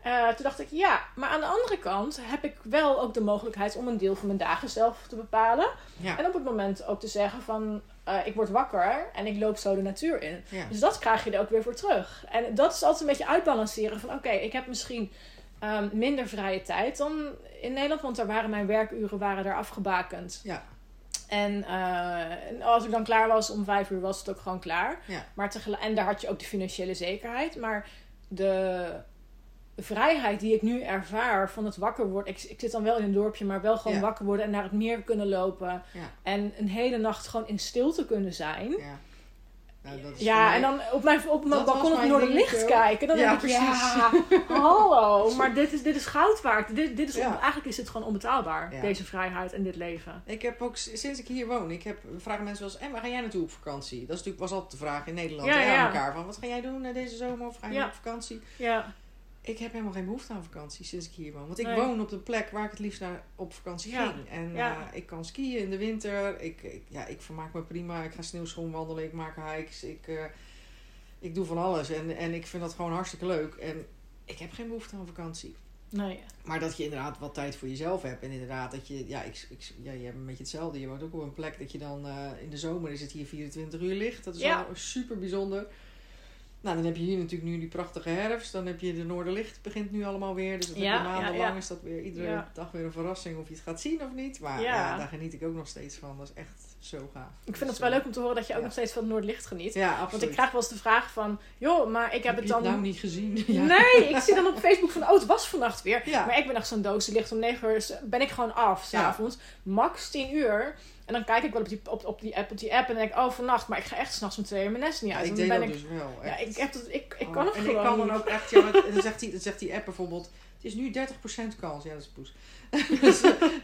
Toen dacht ik, maar aan de andere kant heb ik wel ook de mogelijkheid om een deel van mijn dagen zelf te bepalen. Ja. En op het moment ook te zeggen van, ik word wakker en ik loop zo de natuur in. Ja. Dus dat krijg je er ook weer voor terug. En dat is altijd een beetje uitbalanceren van, oké, ik heb misschien minder vrije tijd dan in Nederland, want daar waren mijn werkuren daar afgebakend. Ja. En als ik dan klaar was om 5 uur, was het ook gewoon klaar. Ja. Maar en daar had je ook de financiële zekerheid. Maar de vrijheid die ik nu ervaar van het wakker worden. Ik zit dan wel in een dorpje, maar wel gewoon wakker worden en naar het meer kunnen lopen. Ja. En een hele nacht gewoon in stilte kunnen zijn. Ja. Nou, dat is En dan op mijn balkon op Noorderlicht kijken. Dan denk ik, hallo. Maar dit is goud waard. Eigenlijk is dit gewoon onbetaalbaar. Ja. Deze vrijheid en dit leven. Ik heb ook, sinds ik hier woon, vragen mensen wel eens, en waar ga jij naartoe op vakantie? Dat is natuurlijk, was altijd de vraag in Nederland aan elkaar. Van, wat ga jij doen deze zomer of ga je op vakantie? Ja. Ik heb helemaal geen behoefte aan vakantie sinds ik hier woon. Want ik woon op de plek waar ik het liefst naar op vakantie ging. En ik kan skiën in de winter. Ik vermaak me prima. Ik ga sneeuwschoen wandelen. Ik maak hikes. Ik doe van alles. En ik vind dat gewoon hartstikke leuk. En ik heb geen behoefte aan vakantie. Nee. Maar dat je inderdaad wat tijd voor jezelf hebt. En inderdaad dat je... je hebt een beetje hetzelfde. Je woont ook op een plek dat je dan... in de zomer is het hier 24 uur licht. Dat is wel super bijzonder. Nou, dan heb je hier natuurlijk nu die prachtige herfst. Dan heb je de Noorderlicht. Begint nu allemaal weer. Dus maandenlang is dat weer iedere dag weer een verrassing. Of je het gaat zien of niet. Maar daar geniet ik ook nog steeds van. Dat is echt zo gaaf. Ik vind het wel leuk om te horen dat je ook nog steeds van het Noorderlicht geniet. Ja, absoluut. Want ik krijg wel eens de vraag van... joh, maar ik heb het dan... nou niet gezien? Ja. Nee, ik zie dan op Facebook van... het was vannacht weer. Ja. Maar ik ben echt zo'n doos. Het ligt om 9 uur. Ben ik gewoon af, 's avonds. Max 10 uur. En dan kijk ik wel op die app en dan denk ik... vannacht. Maar ik ga echt 's nachts om 2 uur mijn nest niet uit. Ik deed dat dus wel. Echt. Ja, ik kan het en gewoon ik kan dan ook echt... Ja, dan zegt die app bijvoorbeeld... Het is nu 30% kans. Ja, dat is poes. Dus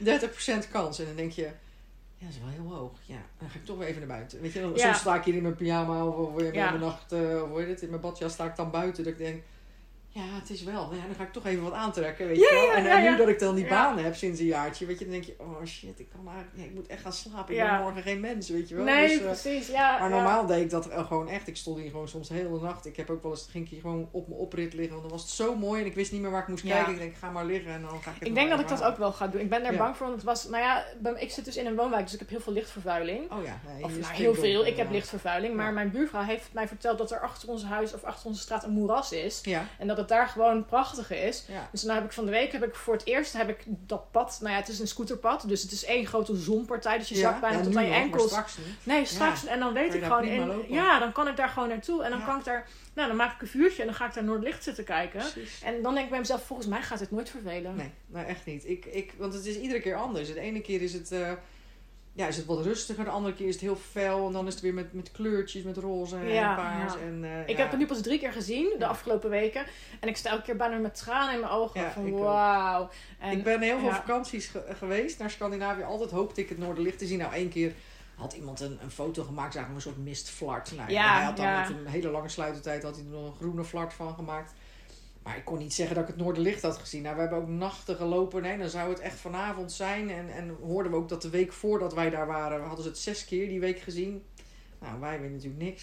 30% kans. En dan denk je... Ja, dat is wel heel hoog. Ja, dan ga ik toch weer even naar buiten. Weet je, soms sta ik hier in mijn pyjama of in mijn nacht... in mijn badjas sta ik dan buiten. Dat ik denk... Ja, het is wel. Ja, dan ga ik toch even wat aantrekken, weet je wel. En nu dat ik dan die baan heb sinds een jaartje, weet je, dan denk je, oh shit, ik kan eigenlijk, ik moet echt gaan slapen. Ik ben morgen geen mens, weet je wel. Nee, dus, precies, Maar normaal deed ik dat gewoon echt. Ik stond hier gewoon soms de hele nacht. Ik heb ook wel eens, ging ik hier gewoon op mijn oprit liggen, want dan was het zo mooi en ik wist niet meer waar ik moest kijken. Ik denk, ga maar liggen en dan ga ik het Ik denk dat ik dat ook wel ga doen. Ik ben daar bang voor, want het was, ik zit dus in een woonwijk, dus ik heb heel veel lichtvervuiling. Oh ja. Nee, of heel veel. Ik heb lichtvervuiling, maar mijn buurvrouw heeft mij verteld dat er achter ons huis of achter onze straat een moeras is. Ja. En dat het daar gewoon prachtig is. Ja. Dus dan heb ik van de week voor het eerst dat pad. Het is een scooterpad, dus het is één grote zonpartij. Dus je zakt bijna tot aan je enkels. Straks niet. Nee, straks. En dan weet ik gewoon. Dan kan ik daar gewoon naartoe. En dan kan ik daar. Dan maak ik een vuurtje en dan ga ik daar Noorderlicht zitten kijken. Precies. En dan denk ik bij mezelf, volgens mij gaat het nooit vervelen. Nee, echt niet. Want het is iedere keer anders. De ene keer is het. Is het wat rustiger. De andere keer is het heel fel. En dan is het weer met kleurtjes, met roze en paars. Ja. Ik heb het nu pas 3 keer gezien, de afgelopen weken. En ik sta elke keer bijna met tranen in mijn ogen. Van wauw. Ik ben heel veel vakanties geweest naar Scandinavië. Altijd hoopte ik het Noorderlicht te zien. Nou, 1 keer had iemand een foto gemaakt. Zagen we een soort mistflart. Hij had dan met een hele lange sluitertijd had hij er nog een groene flart van gemaakt. Maar ik kon niet zeggen dat ik het Noorderlicht had gezien. Nou, we hebben ook nachten gelopen. Nee, dan zou het echt vanavond zijn. En hoorden we ook dat de week voordat wij daar waren... hadden ze het 6 keer die week gezien. Nou, wij weten natuurlijk niks.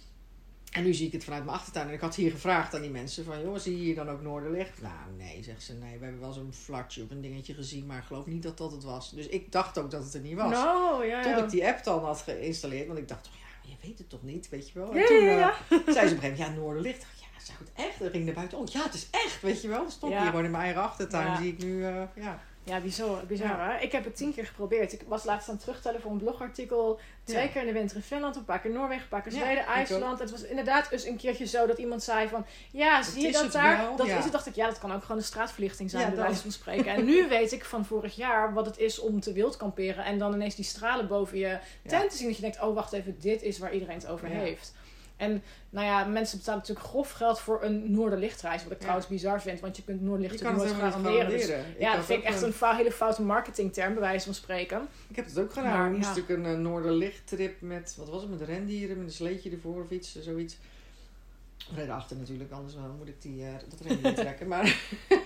En nu zie ik het vanuit mijn achtertuin. En ik had hier gevraagd aan die mensen van... joh, zie je hier dan ook Noorderlicht? Nou, nee, zegt ze. Nee, we hebben wel zo'n flartje of een dingetje gezien... maar ik geloof niet dat dat het was. Dus ik dacht ook dat het er niet was. Tot ik die app dan had geïnstalleerd. Want ik dacht toch, je weet het toch niet, weet je wel? En toen zei ze op een gegeven moment... Noorderlicht... Zou het echt? Dan ging naar buiten. Oh ja, het is echt, weet je wel. Dan stond hier gewoon in mijn eigen achtertuin. Zie ik nu, Ja, bizar hè? Ik heb het 10 keer geprobeerd. Ik was laatst aan het terugtellen voor een blogartikel. 2 keer in de winter in Finland, een paar keer Noorwegen, een paar keer Zweden, IJsland. Het was inderdaad eens een keertje zo dat iemand zei van... Ja, zie je dat daar? Wel? Dat is het. Dacht ik, dat kan ook gewoon de straatverlichting zijn, bij wijze van spreken. En nu weet ik van vorig jaar wat het is om te wild kamperen. En dan ineens die stralen boven je tent te zien. Dat je denkt, oh wacht even, dit is waar iedereen het over heeft. En mensen betalen natuurlijk grof geld voor een Noorderlichtreis. Wat ik trouwens bizar vind. Want je kunt Noorderlicht nooit garanderen. Dus, dat vind ik echt een hele foute marketingterm, bij wijze van spreken. Ik heb het ook gedaan. Moest ik een Noorderlichttrip met, wat was het, met rendieren, met een sleetje ervoor of iets, zoiets. Of achter natuurlijk, anders moet ik dat rendier trekken. Maar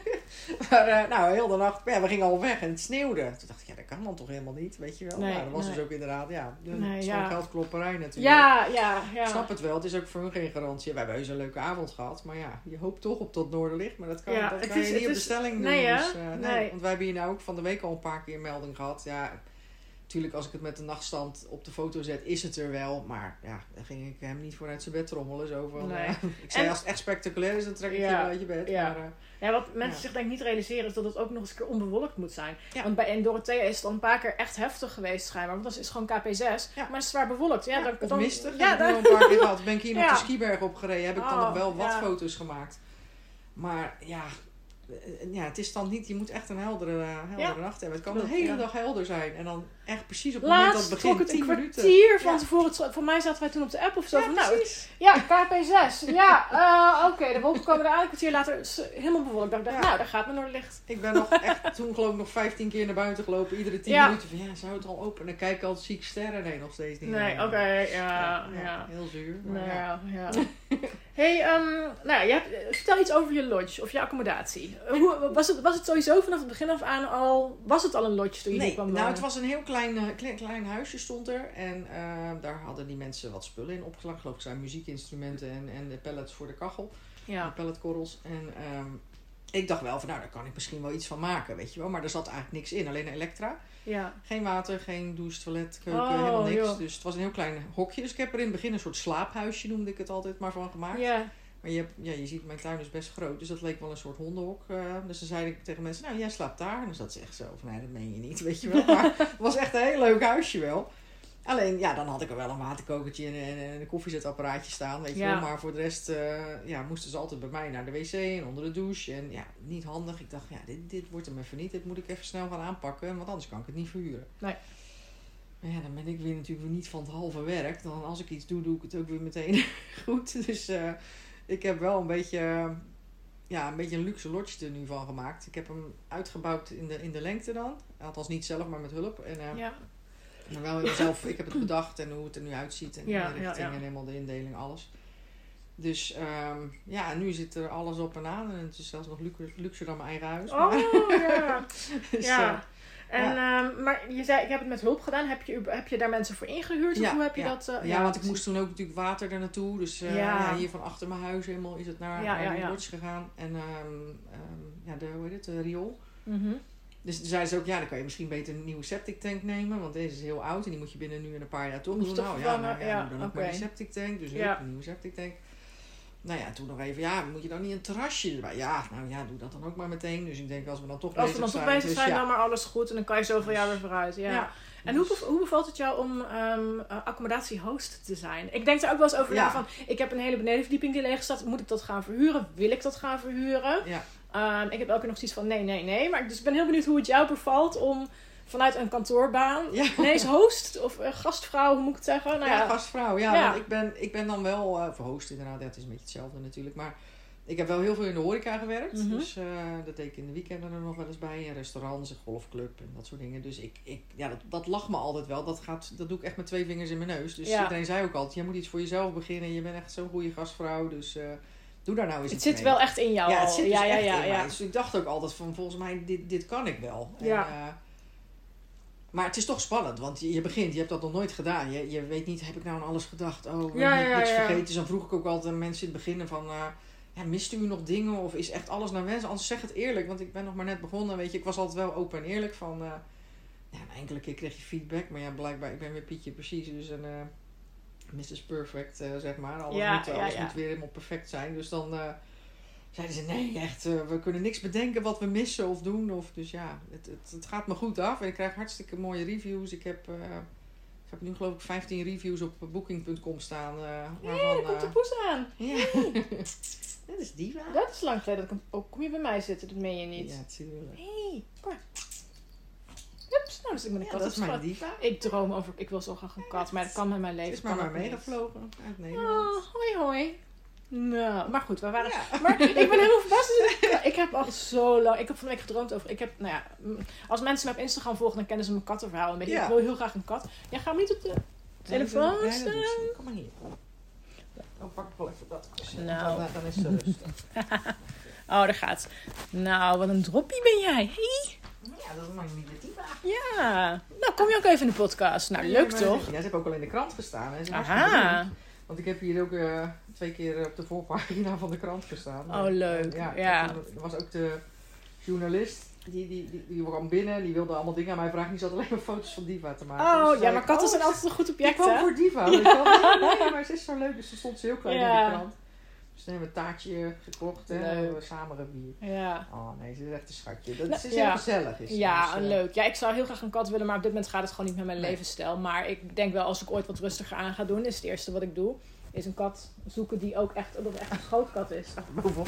Maar nou, heel de nacht, we gingen al weg en het sneeuwde. Toen dacht ik, ja, dat kan dan toch helemaal niet, weet je wel. Nee, dat was dus ook inderdaad, zo'n geldklopperij natuurlijk. Ja. Ik snap het wel, het is ook voor hun geen garantie. We hebben heus een leuke avond gehad, maar ja, je hoopt toch op dat noorderlicht. Maar dat kan, je niet op de stelling doen. Nee, dus, nee. Want wij hebben hier nou ook van de week al een paar keer melding gehad. Ja, natuurlijk als ik het met de nachtstand op de foto zet, is het er wel. Maar ja, dan ging ik hem niet vooruit zijn bed trommelen. Zo van, ik zei, als het echt spectaculair is, dan trek ik je wel uit je bed. Ja. Maar, wat mensen zich denk ik niet realiseren, is dat het ook nog eens een keer onbewolkt moet zijn. Ja. Want bij Dorothea is het al een paar keer echt heftig geweest schijnbaar. Want dat is gewoon KP6. Ja. Maar het is zwaar bewolkt. Ja, of mistig. Ja, heb ik nog een paar keer gehad. Ben ik hier nog de skiberg opgereden. Heb ik dan nog wel wat foto's gemaakt. Maar het is dan niet, je moet echt een heldere nacht hebben. Het kan de hele dag helder zijn. En dan echt precies op het moment dat het begint, het 10 een minuten. Kwartier van tevoren. Voor mij zaten wij toen op de app of zo. Precies. KP6. Oké, de wolken komen eraan. Een kwartier later helemaal bewolkt. Ik dacht, daar gaat mijn noordlicht. Ik ben nog echt toen geloof ik nog 15 keer naar buiten gelopen. Iedere 10 minuten van, zou het al open? En dan kijk ik al, zie ik sterren? Nee, nog steeds niet. Nee, oké. Heel zuur. Hey, vertel iets over je lodge of je accommodatie. Was het sowieso vanaf het begin af aan al... Was het al een lodge toen je hier kwam wonen? Nou, het was een heel klein huisje stond er. En daar hadden die mensen wat spullen in opgeslagen. Geloof ik zijn muziekinstrumenten en de pallets voor de kachel. Ja. De palletkorrels. En ik dacht wel van, daar kan ik misschien wel iets van maken, weet je wel. Maar er zat eigenlijk niks in. Alleen een elektra. Ja. Geen water, geen douche, toilet, keuken, helemaal niks. Joh. Dus het was een heel klein hokje. Dus ik heb er in het begin een soort slaaphuisje, noemde ik het altijd maar, van gemaakt. Ja. Maar je ziet, mijn tuin is best groot. Dus dat leek wel een soort hondenhok. Dus dan zei ik tegen mensen, nou, jij slaapt daar. En dan zat ze echt zo van, nee, dat meen je niet, weet je wel. Maar het was echt een heel leuk huisje wel. Alleen, dan had ik er wel een waterkokertje en een koffiezetapparaatje staan, weet je wel. Maar voor de rest, moesten ze altijd bij mij naar de wc en onder de douche. En niet handig. Ik dacht, dit wordt hem even niet. Dit moet ik even snel gaan aanpakken, want anders kan ik het niet verhuren. Nee. Maar dan ben ik weer natuurlijk niet van het halve werk. Dan als ik iets doe, doe ik het ook weer meteen goed. Dus ik heb wel een beetje een luxe lodge er nu van gemaakt. Ik heb hem uitgebouwd in de lengte dan. Althans niet zelf, maar met hulp. En, maar wel zelf, ik heb het bedacht en hoe het er nu uitziet. En de richting en helemaal de indeling, alles. Dus nu zit er alles op en aan. En het is zelfs nog luxer dan mijn eigen huis. Dus, maar je zei, ik heb het met hulp gedaan. Heb je daar mensen voor ingehuurd? Of hoe heb je dat? Want ik moest toen ook natuurlijk water er naartoe. Dus hier van achter mijn huis helemaal is het naar de lodge gegaan. En de riool. Mm-hmm. Dus toen zeiden ze ook, dan kan je misschien beter een nieuwe septic tank nemen. Want deze is heel oud en die moet je binnen nu en een paar jaar toch doen. Doe dan ook maar die septic tank. Dus een nieuwe septic tank. Nou ja, toen nog even, moet je dan niet een terrasje erbij? Doe dat dan ook maar meteen. Dus ik denk, als we dan toch bezig zijn, dan maar alles goed. En dan kan je zoveel jaar weer vooruit. Ja. En hoe bevalt het jou om accommodatiehost te zijn? Ik denk er ook wel eens over na van, ik heb een hele benedenverdieping die leeg staat. Moet ik dat gaan verhuren? Wil ik dat gaan verhuren? Ja. Ik heb elke keer nog zoiets van nee. Maar dus ik ben heel benieuwd hoe het jou bevalt om vanuit een kantoorbaan. Ja. Nee, is host of gastvrouw, hoe moet ik het zeggen? Gastvrouw. Want ik ben dan wel voor host inderdaad. Het is een beetje hetzelfde natuurlijk. Maar ik heb wel heel veel in de horeca gewerkt. Mm-hmm. Dus dat deed ik in de weekenden er nog wel eens bij. En restaurants, een golfclub en dat soort dingen. Dus dat lag me altijd wel. Dat doe ik echt met 2 vingers in mijn neus. Dus iedereen zei ook altijd, jij moet iets voor jezelf beginnen. Je bent echt zo'n goede gastvrouw. Dus doe daar nou eens iets mee. Het zit wel echt in jou. Ja, het zit echt in mij. Dus ik dacht ook altijd van, volgens mij, dit kan ik wel. Ja. En, maar het is toch spannend, want je begint, je hebt dat nog nooit gedaan. Je weet niet, heb ik nou aan alles gedacht? Oh, ik niks vergeten. Dus dan vroeg ik ook altijd aan mensen in het begin van, miste u nog dingen? Of is echt alles naar wens? Anders zeg het eerlijk, want ik ben nog maar net begonnen. Weet je, ik was altijd wel open en eerlijk van, een enkele keer kreeg je feedback. Maar blijkbaar, ik ben weer Pietje precies. Dus een Mrs. Perfect, zeg maar. Alles moet weer helemaal perfect zijn. Dus dan zeiden ze, nee, echt, we kunnen niks bedenken wat we missen of doen. Dus het gaat me goed af. En ik krijg hartstikke mooie reviews. Ik heb nu geloof ik 15 reviews op booking.com staan. Daar komt de poes aan. Ja. Dat is Diva. Dat is lang geleden. Kom je bij mij zitten? Dat meen je niet. Ja, tuurlijk. Hey, kom maar. Ups, nou, dus ik ben een kat. Dat is mijn Diva. Ik droom over, ik wil zo graag een kat, maar dat kan met mijn leven. Het is maar meegevlogen uit Nederland. Hoi. Nou, maar goed, we waren... Ja. Maar ik ben helemaal verbaasd. Ik heb al zo lang... Ik heb van de week gedroomd over... als mensen me op Instagram volgen, dan kennen ze mijn kattenverhaal een beetje. Ja. Ik wil heel graag een kat. Ja, gaan we niet op de telefoon staan? Kom maar hier. Dan pak ik wel even dat. Nou. Dan is ze rustig. Oh, daar gaat. Nou, wat een droppie ben jij. Hey. Ja, dat is mijn nieuwe type. Ja. Nou, kom je ook even in de podcast. Nou, leuk toch? Ja, ze hebben ook al in de krant gestaan. Hè. Aha. Want ik heb hier ook 2 keer op de voorpagina van de krant gestaan. Oh, leuk. Ja. Er was ook de journalist. Die kwam binnen, die wilde allemaal dingen aan mij vragen. Die zat alleen maar foto's van Diva te maken. Oh, dus ja, maar katten zijn altijd een goed object, ik kwam hè? voor Diva. Ja. Nee, maar ze is zo leuk. Dus ze stond heel klein in de krant. Dus toen hebben we een taartje gekocht en hebben we samen gebier. Ja. Oh nee, ze is echt een schatje. Dat is heel gezellig. Ja, leuk. Ja, ik zou heel graag een kat willen, maar op dit moment gaat het gewoon niet met mijn levensstijl. Maar ik denk wel, als ik ooit wat rustiger aan ga doen, is het eerste wat ik doe. Is een kat zoeken die ook echt een grootkat is. Bovenop.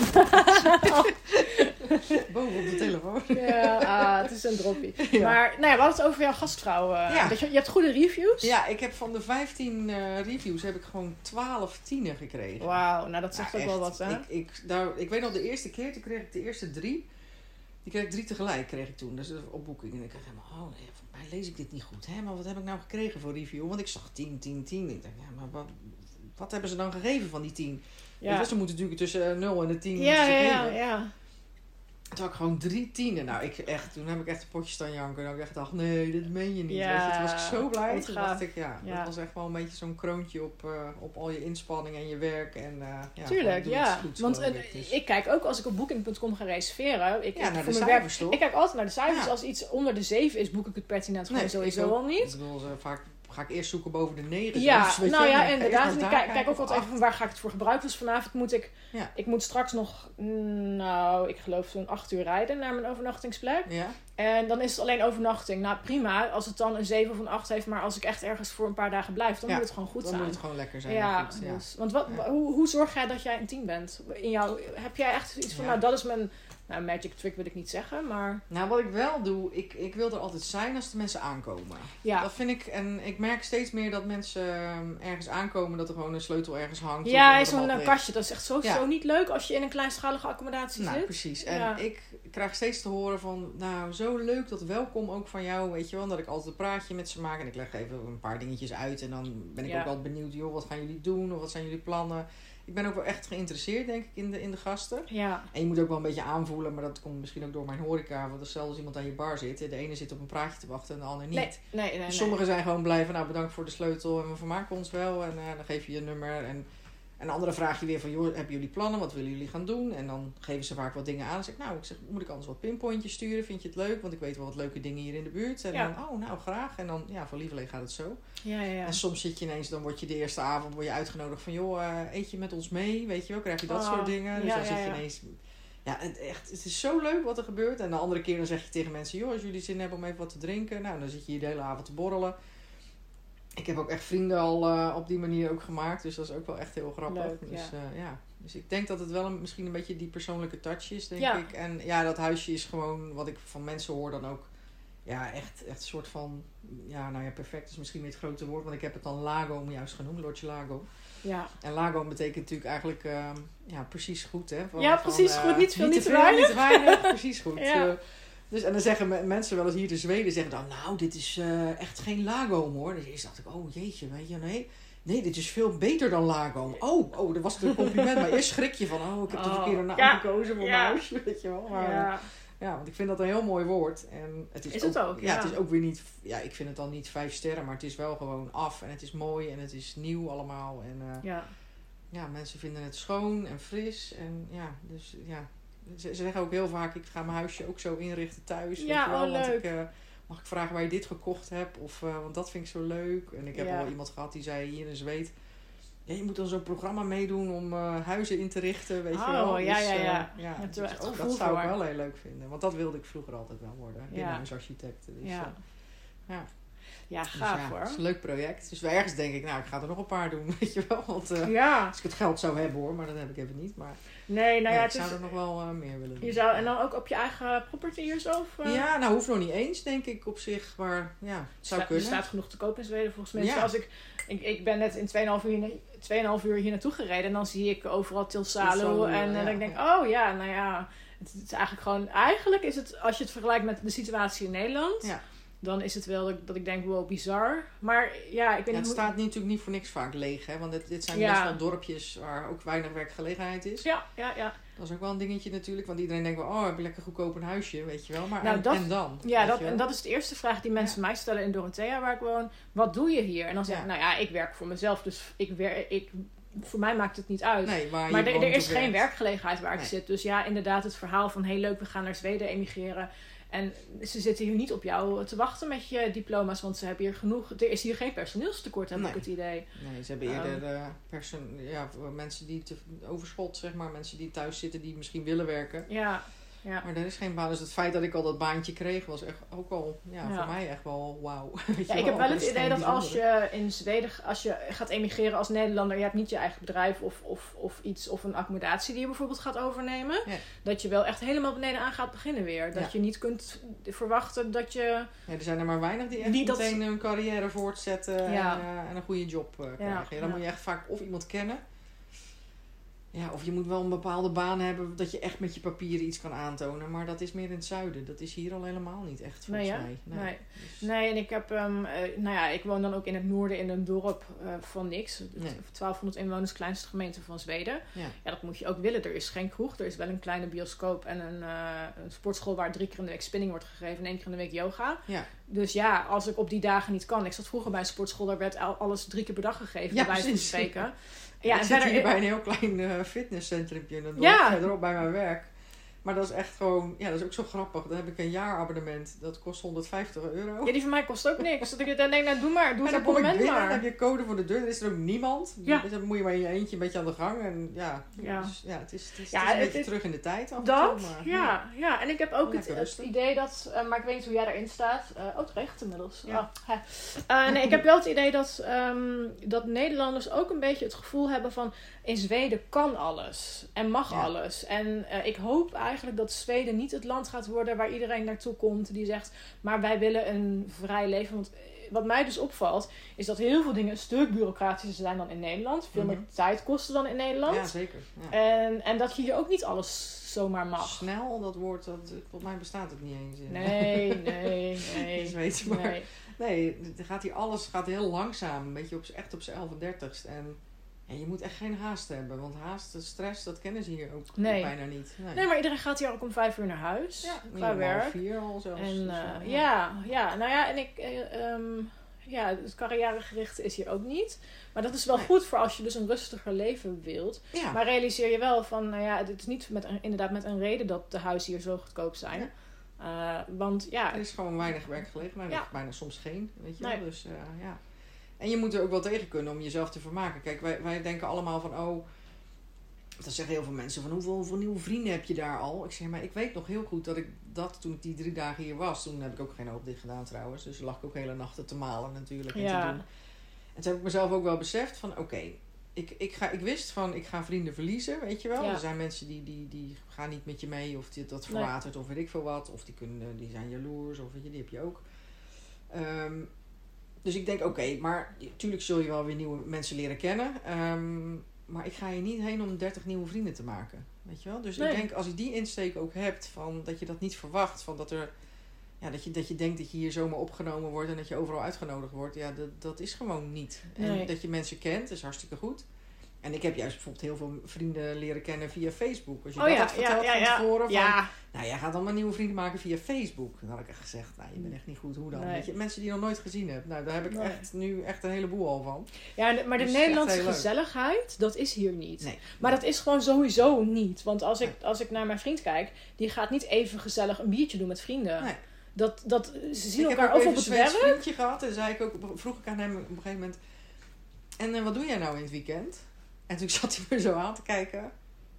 Bovenop de telefoon. Ja, het is een droppie. Ja. Maar nou ja, we hadden het over jouw gastvrouw. Dat je hebt goede reviews? Ja, ik heb van de 15 reviews heb ik gewoon 12 10 gekregen. Wauw, nou dat zegt ook echt, wel wat, hè? Ik weet nog de eerste keer, toen kreeg ik de eerste 3. Die kreeg ik 3 tegelijk, kreeg ik toen. Dus op boeking. En ik dacht helemaal, oh nee, volgens mij lees ik dit niet goed. Hè? Maar wat heb ik nou gekregen voor review? Want ik zag 10, 10, 10. Ik dacht, ja, maar wat hebben ze dan gegeven van die 10? Ja. Ze moeten natuurlijk tussen 0 en de 10 Ja. Toen had ik gewoon 3 10. Nou, toen heb ik echt een potje staan janken. En ik echt dacht, nee, dit meen je niet. Ja, toen was ik zo blij. Toen dacht ik, dat was echt wel een beetje zo'n kroontje op al je inspanning en je werk. En, tuurlijk, ja. Goed, want ik kijk ook als ik op booking.com ga reserveren. Naar de cijfers, toch? Ik kijk altijd naar de cijfers. Ja. Als iets onder de 7 is, boek ik het pertinent gewoon sowieso al niet. Ik bedoel, vaak ga ik eerst zoeken boven de 9. Ja, inderdaad. En ik kijk ook altijd even van waar ga ik het voor gebruiken. Dus vanavond moet ik moet straks nog, ik geloof zo'n 8 uur rijden naar mijn overnachtingsplek. Ja. En dan is het alleen overnachting. Nou, prima. Als het dan een 7 of een 8 heeft, maar als ik echt ergens voor een paar dagen blijf, dan moet het gewoon goed zijn. Dan moet het gewoon lekker zijn. Ja, goed. Dus, want hoe zorg jij dat jij een team bent? Heb jij echt iets van, dat is mijn... Nou, magic trick wil ik niet zeggen, maar... Nou, wat ik wel doe, ik wil er altijd zijn als de mensen aankomen. Ja. Dat vind ik, en ik merk steeds meer dat mensen ergens aankomen, dat er gewoon een sleutel ergens hangt. Ja, zo'n kastje, dat is echt zo niet leuk als je in een kleinschalige accommodatie zit. Precies. En ik krijg steeds te horen van, nou, zo leuk, dat welkom ook van jou, weet je wel. Dat ik altijd een praatje met ze maak en ik leg even een paar dingetjes uit. En dan ben ik ook altijd benieuwd, joh, wat gaan jullie doen? Of wat zijn jullie plannen? Ik ben ook wel echt geïnteresseerd, denk ik, in de gasten. Ja. En je moet ook wel een beetje aanvoelen, maar dat komt misschien ook door mijn horeca. Want stel als iemand aan je bar zit, de ene zit op een praatje te wachten en de ander niet. Nee. Sommigen zijn gewoon blij van, nou, bedankt voor de sleutel en we vermaken ons wel. En dan geef je je nummer. En de andere vraag je weer van, joh, hebben jullie plannen? Wat willen jullie gaan doen? En dan geven ze vaak wat dingen aan. Dan zeg ik, moet ik anders wat pinpointjes sturen? Vind je het leuk? Want ik weet wel wat leuke dingen hier in de buurt. En dan, graag. En dan, voor lieverlee gaat het zo. Ja. En soms zit je ineens, dan word je de eerste avond uitgenodigd van, joh, eet je met ons mee? Weet je wel, krijg je dat soort dingen. Dus dan zit je ineens... Ja, het is zo leuk wat er gebeurt. En de andere keer dan zeg je tegen mensen, joh, als jullie zin hebben om even wat te drinken. Nou, dan zit je hier de hele avond te borrelen. Ik heb ook echt vrienden al op die manier ook gemaakt. Dus dat is ook wel echt heel grappig. Leuk, dus, dus ik denk dat het wel misschien een beetje die persoonlijke touch is, denk ik. En ja, dat huisje is gewoon, wat ik van mensen hoor dan ook... Ja, echt een soort van... Ja, perfect is misschien weer het grote woord. Want ik heb het dan Lago juist genoemd. Lotje Lago. Ja. En Lago betekent natuurlijk eigenlijk... precies goed, hè? Precies goed. Niet veel, niet te weinig. Precies goed. Ja. Dus, en dan zeggen mensen wel eens hier in Zweden, zeggen dan, nou, dit is echt geen Lago, hoor. Dus eerst dacht ik, oh jeetje, weet je, nee, dit is veel beter dan Lago. Oh, dat was een compliment. Maar eerst schrik je van, ik heb de verkeerde naam gekozen voor mijn huisje, weet je wel. Maar, want ik vind dat een heel mooi woord. En het is het ook? Ja, het is ook weer niet, ik vind het dan niet 5 sterren, maar het is wel gewoon af. En het is mooi en het is nieuw allemaal. En mensen vinden het schoon en fris. En dus Ze zeggen ook heel vaak, ik ga mijn huisje ook zo inrichten thuis. Ja, weet je wel, leuk. Want mag ik vragen waar je dit gekocht hebt? Of, want dat vind ik zo leuk. En ik heb al iemand gehad die zei hier in Zweed... Ja, je moet dan zo'n programma meedoen om huizen in te richten, weet je wel. Dus, dat zou ik wel heel leuk vinden. Want dat wilde ik vroeger altijd wel worden. Binnenhuisarchitect. Dus, Ja, gaaf hoor. Het is een leuk project. Dus ergens denk ik, ik ga er nog een paar doen, weet je wel. Want als ik het geld zou hebben hoor, maar dat heb ik even niet. Maar ik zou er nog wel meer willen doen. Je zou, en dan ook op je eigen property of zo? Ja, hoeft nog niet eens, denk ik, op zich. Maar het zou kunnen. Er staat genoeg te koop in Zweden volgens mij. Ja. Als ik ben net in 2,5 uur hier naartoe gereden en dan zie ik overal Tilsalo. En dan denk ik, het is eigenlijk gewoon... Eigenlijk is het, als je het vergelijkt met de situatie in Nederland... Ja. dan is het wel dat ik denk, wow, bizar. Maar ja, ik weet niet... Het staat natuurlijk niet voor niks vaak leeg, hè? Want dit zijn best wel dorpjes waar ook weinig werkgelegenheid is. Ja. Dat is ook wel een dingetje natuurlijk, want iedereen denkt wel, heb je lekker goedkoop een huisje, weet je wel. Maar nou, en dan? Ja, en dat is de eerste vraag die mensen mij stellen in Dorothea, waar ik woon. Wat doe je hier? En dan zeg ik, nou ja, ik werk voor mezelf, dus voor mij maakt het niet uit. Nee, maar er is geen werkgelegenheid waar ik zit. Dus ja, inderdaad het verhaal van, heel leuk, we gaan naar Zweden emigreren. En ze zitten hier niet op jou te wachten met je diploma's, want ze hebben hier genoeg. Er is hier geen personeelstekort, heb ik het idee. Nee, ze hebben eerder mensen die overschot, zeg maar. Mensen die thuis zitten, die misschien willen werken. Ja. Maar er is geen baan. Dus het feit dat ik al dat baantje kreeg, was echt ook al voor mij echt wel wauw. Ja, ik heb wel het idee dat als je in Zweden, als je gaat emigreren als Nederlander, je hebt niet je eigen bedrijf of iets, of een accommodatie die je bijvoorbeeld gaat overnemen, dat je wel echt helemaal beneden aan gaat beginnen weer. Dat je niet kunt verwachten dat je... Ja, er zijn er maar weinig die echt meteen hun carrière voortzetten en een goede job krijgen. Dan moet je echt vaak of iemand kennen. Ja, of je moet wel een bepaalde baan hebben dat je echt met je papieren iets kan aantonen. Maar dat is meer in het zuiden. Dat is hier al helemaal niet echt, volgens mij. Nee, en ik heb... ik woon dan ook in het noorden in een dorp van niks. 1200 inwoners, kleinste gemeente van Zweden. Ja, dat moet je ook willen. Er is geen kroeg. Er is wel een kleine bioscoop en een sportschool waar 3 keer in de week spinning wordt gegeven en 1 keer in de week yoga. Ja. Dus ja, als ik op die dagen niet kan... Ik zat vroeger bij een sportschool, daar werd alles 3 keer per dag gegeven. Bij wijze van spreken. Ja, ik zit hier bij een heel klein fitnesscentrumpje verderop bij mijn werk. Maar dat is echt gewoon... Ja, dat is ook zo grappig. Dan heb ik een jaarabonnement. Dat kost €150. Ja, die van mij kost ook niks. Dat ik dan denk, nou doe het abonnement maar. Dan heb je code voor de deur. Er is er ook niemand. Ja. Dus dan moet je maar in je eentje een beetje aan de gang. En dus, het is een beetje terug in de tijd. Ja. En ik heb ook het idee dat... maar ik weet niet hoe jij daarin staat. Het regent inmiddels. Ja. Ik heb wel het idee dat Nederlanders ook een beetje het gevoel hebben van... In Zweden kan alles. En mag alles. En ik hoop eigenlijk dat Zweden niet het land gaat worden waar iedereen naartoe komt die zegt, maar wij willen een vrij leven. Want wat mij dus opvalt, is dat heel veel dingen een stuk bureaucratischer zijn dan in Nederland. Veel meer tijd kosten dan in Nederland. Ja, zeker. Ja. En dat je hier ook niet alles zomaar mag. Snel, dat woord, volgens mij bestaat het niet eens. Nee. Dus weet je maar. Nee, alles gaat heel langzaam. Een beetje echt op zijn 11:30ste. En je moet echt geen haast hebben. Want haast, stress, dat kennen ze hier ook bijna niet. Nee, maar iedereen gaat hier ook om 5 uur naar huis. Ja, qua werk. 4 al zelfs. En het carrièregericht is hier ook niet. Maar dat is wel goed voor als je dus een rustiger leven wilt. Ja. Maar realiseer je wel van, het is niet inderdaad met een reden dat de huizen hier zo goedkoop zijn. Ja. Er is gewoon weinig werkgelegenheid. Ja. Bijna soms geen, weet je wel. Dus En je moet er ook wel tegen kunnen om jezelf te vermaken. Kijk, wij denken allemaal van, dan zeggen heel veel mensen van, hoeveel nieuwe vrienden heb je daar al? Ik zeg, maar ik weet nog heel goed dat toen ik die 3 dagen hier was, toen heb ik ook geen oog dicht gedaan trouwens. Dus lag ik ook hele nachten te malen natuurlijk en te doen. En toen heb ik mezelf ook wel beseft van, ik wist van, ik ga vrienden verliezen, weet je wel. Ja. Er zijn mensen die gaan niet met je mee of dat verwatert of weet ik veel wat. Of die zijn jaloers of weet je, die heb je ook. Dus ik denk, maar natuurlijk zul je wel weer nieuwe mensen leren kennen. Maar ik ga hier niet heen om 30 nieuwe vrienden te maken. Weet je wel? Dus ik denk, als je die insteek ook hebt, van dat je dat niet verwacht. Van dat je denkt dat je hier zomaar opgenomen wordt en dat je overal uitgenodigd wordt. Ja, dat is gewoon niet. Nee. En dat je mensen kent, is hartstikke goed. En ik heb juist bijvoorbeeld heel veel vrienden leren kennen via Facebook. Als je dat had verteld van tevoren. Jij gaat allemaal nieuwe vrienden maken via Facebook. Dan had ik echt gezegd, je bent echt niet goed. Hoe dan? Nee. Weet je, mensen die je nog nooit gezien hebt. Nou, daar heb ik nu echt een heleboel al van. Ja, maar de Nederlandse gezelligheid, dat is hier niet. Nee. Maar dat is gewoon sowieso niet. Want als ik naar mijn vriend kijk, die gaat niet even gezellig een biertje doen met vrienden. Nee. Ze zien elkaar ook op het werk. Ik heb een vriendje gehad en zei ik ook, vroeg ik aan hem op een gegeven moment, en wat doe jij nou in het weekend? En toen zat hij me zo aan te kijken.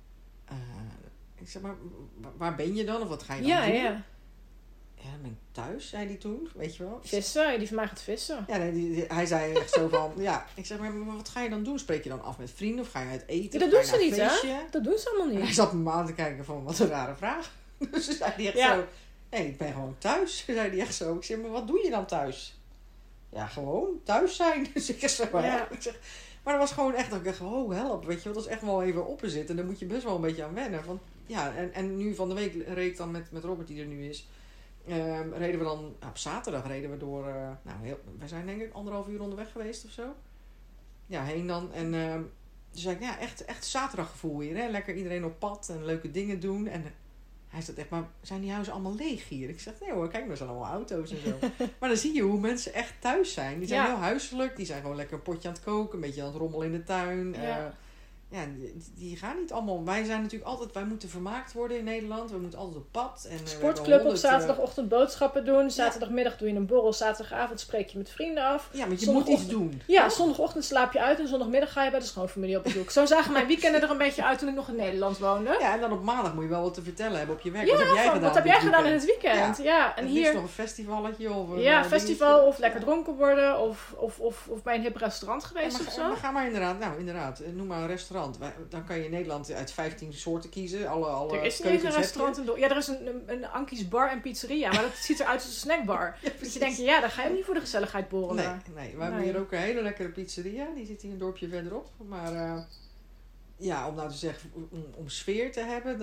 Ik zeg, maar waar ben je dan? Of wat ga je dan doen? Ja, dan ben ik thuis, zei hij toen. Weet je wel. Vissen? Die van mij gaat vissen. Ja, hij zei echt zo van, ik zeg, maar wat ga je dan doen? Spreek je dan af met vrienden? Of ga je uit eten? Dat doen ze niet, hè? Dat doen ze allemaal niet. Hij zat me aan te kijken van, wat een rare vraag. Dus zei hij echt zo, nee, ik ben gewoon thuis. Zei hij echt zo. Ik zeg, maar wat doe je dan thuis? Ja, gewoon thuis zijn. Dus ik zeg, maar dat was gewoon echt, dat ik dacht, help, weet je wel, dat is echt wel even op zitten. En daar moet je best wel een beetje aan wennen. Want en nu van de week reed ik dan met Robert die er nu is. reden we dan... op zaterdag reden we door... we zijn denk ik 1,5 uur onderweg geweest of zo. Ja, heen dan. En toen zei ik, ja, echt zaterdaggevoel hier. Hè? Lekker iedereen op pad en leuke dingen doen. En hij zegt echt, maar zijn die huizen allemaal leeg hier? Ik zeg, nee hoor, kijk, er zijn allemaal auto's en zo. Maar dan zie je hoe mensen echt thuis zijn. Die zijn heel huiselijk. Die zijn gewoon lekker een potje aan het koken. Een beetje aan het rommelen in de tuin. Die gaan niet allemaal. Wij zijn natuurlijk altijd, wij moeten vermaakt worden in Nederland. We moeten altijd op pad. En, sportclub op zaterdagochtend boodschappen doen. Zaterdagmiddag doe je een borrel. Zaterdagavond spreek je met vrienden af. Ja, want je moet iets doen. Ja, zondagochtend slaap je uit en zondagmiddag ga je bij de schoonfamilie op bezoek. Zo zagen mijn weekenden er een beetje uit toen ik nog in Nederland woonde. Ja, en dan op maandag moet je wel wat te vertellen hebben op je werk. Ja, wat heb jij gedaan? Wat heb jij gedaan in het weekend? Ja, en hier nog een festivalletje of een festival of lekker dronken worden of bij een hip restaurant geweest of zo. Maar ga maar inderdaad, noem maar een restaurant. Dan kan je in Nederland uit 15 soorten kiezen. Alle er is niet eens een restaurant. Ja, er is een Ankies bar en pizzeria, maar dat ziet eruit als een snackbar. Dus je denkt, daar ga je niet voor de gezelligheid borrelen. Nee. We hebben hier ook een hele lekkere pizzeria. Die zit hier een dorpje verderop. Maar om nou te zeggen, om sfeer te hebben,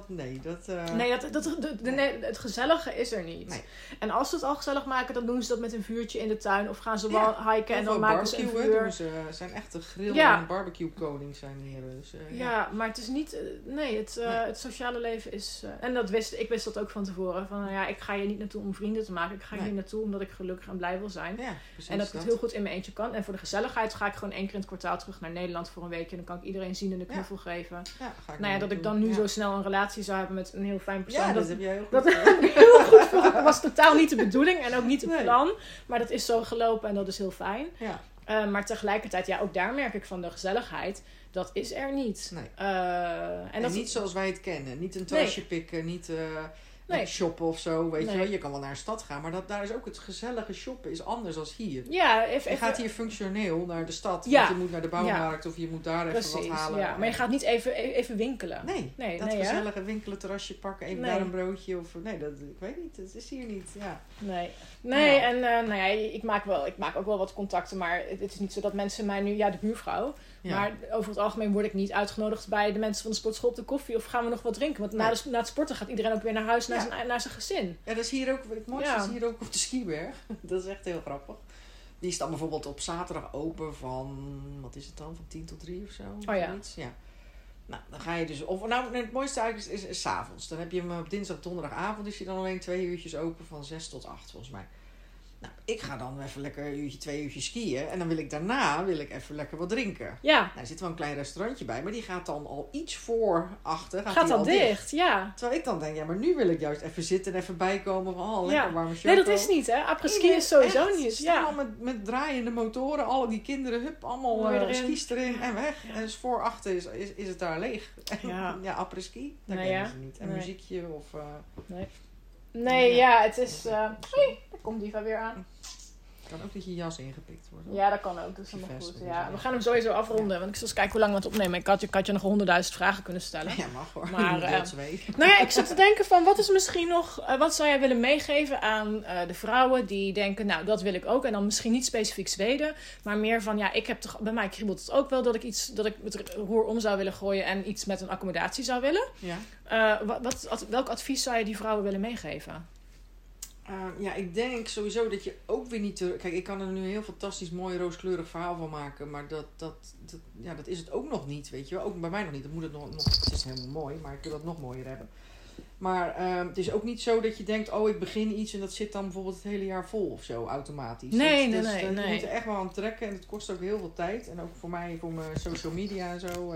het gezellige is er niet. Nee. En als ze het al gezellig maken, dan doen ze dat met een vuurtje in de tuin. Of gaan ze wel hiken en dan maken ze een vuur. Ze zijn echt de grill- en barbecue-koning zijn hier. Dus, maar het is niet... Het sociale leven is... en ik wist dat ook van tevoren. Van, ik ga hier niet naartoe om vrienden te maken. Ik ga hier naartoe omdat ik gelukkig en blij wil zijn. Ja, precies, en dat ik het heel goed in mijn eentje kan. En voor de gezelligheid ga ik gewoon 1 keer in het kwartaal terug naar Nederland voor een weekje. En dan kan ik iedereen zien en een knuffel geven. Ja, dat ik dan nu zo snel een relatie zou hebben met een heel fijn persoon. Ja, dat heb jij heel goed. Dat heb ik heel goed voor. Dat was totaal niet de bedoeling en ook niet het plan. Maar dat is zo gelopen en dat is heel fijn. Ja. Maar tegelijkertijd, ook daar merk ik van de gezelligheid. Dat is er niet. Nee. En dat niet zoals wij het kennen. Niet een terrasje pikken, niet... shoppen of zo, weet je wel. Je kan wel naar een stad gaan, maar daar is ook het gezellige shoppen is anders dan hier. Ja, je gaat hier functioneel naar de stad, want je moet naar de bouwmarkt of je moet daar even wat halen. Ja, maar je gaat niet even winkelen. Nee, dat gezellige winkelen, terrasje pakken, even daar een broodje of ik weet niet, het is hier niet. Ja. Nee, en ik maak ook wel wat contacten, maar het is niet zo dat mensen mij nu, de buurvrouw. Ja. Maar over het algemeen word ik niet uitgenodigd bij de mensen van de sportschool op de koffie. Of gaan we nog wat drinken? Want na het sporten gaat iedereen ook weer naar huis, naar zijn gezin. Ja, dat is hier ook, het mooiste is hier ook op de skiberg. Dat is echt heel grappig. Die is dan bijvoorbeeld op zaterdag open van, wat is het dan? Van 10 tot 3 of zo? Oh ja. Ja. Nou, dan ga je dus... het mooiste eigenlijk is 's avonds. Dan heb je hem op dinsdag, donderdagavond is je dan alleen 2 uurtjes open van 6 tot 8 volgens mij. Nou, ik ga dan even lekker 2 uurtjes skiën. En dan wil ik daarna even lekker wat drinken. Ja. Nou, er zit wel een klein restaurantje bij. Maar die gaat dan al iets voor 8. Gaat al dicht, ja. Terwijl ik dan denk, maar nu wil ik juist even zitten en even bijkomen van, lekker warme choco. Nee, dat is niet, hè. Après-ski is sowieso echt, niet. Ja. Allemaal met draaiende motoren. Alle die kinderen, allemaal skis erin en weg. En dus voor 8 is het daar leeg. Ja, après-ski, dat kennen ze niet. En muziekje of... Nee, het is... daar komt Diva weer aan. Het kan ook dat je jas ingepikt wordt. Ja, dat kan ook. Dat is helemaal goed. Ja, we gaan hem sowieso afronden. Want ik zal eens kijken hoe lang we het opnemen. Ik had je nog 100.000 vragen kunnen stellen. Ja, mag hoor. Maar ik zat te denken van... Wat is misschien nog... wat zou jij willen meegeven aan de vrouwen die denken... Nou, dat wil ik ook. En dan misschien niet specifiek Zweden. Maar meer van... Ja, ik heb toch... Bij mij kriebelt het ook wel dat ik het roer om zou willen gooien. En iets met een accommodatie zou willen. Ja. Welk advies zou je die vrouwen willen meegeven? Ik denk sowieso dat je ook weer niet... Kijk, ik kan er nu een heel fantastisch mooi rooskleurig verhaal van maken. Maar dat is het ook nog niet, weet je wel. Ook bij mij nog niet. Dat moet het nog... Het is helemaal mooi, maar ik wil dat nog mooier hebben. Maar het is ook niet zo dat je denkt... ik begin iets en dat zit dan bijvoorbeeld het hele jaar vol of zo, automatisch. Nee. Je moet er echt wel aan trekken en het kost ook heel veel tijd. En ook voor mij, voor mijn social media en zo.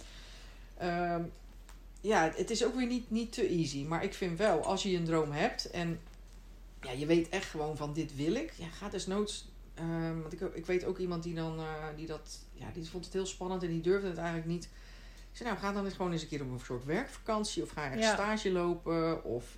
En, het is ook weer niet te easy. Maar ik vind wel, als je een droom hebt en... Ja, je weet echt gewoon van dit wil ik. Ja, ga desnoods... want ik weet ook iemand die dan... die vond het heel spannend en die durfde het eigenlijk niet. Ik zei, ga dan eens gewoon eens een keer op een soort werkvakantie. Of ga echt stage lopen. Of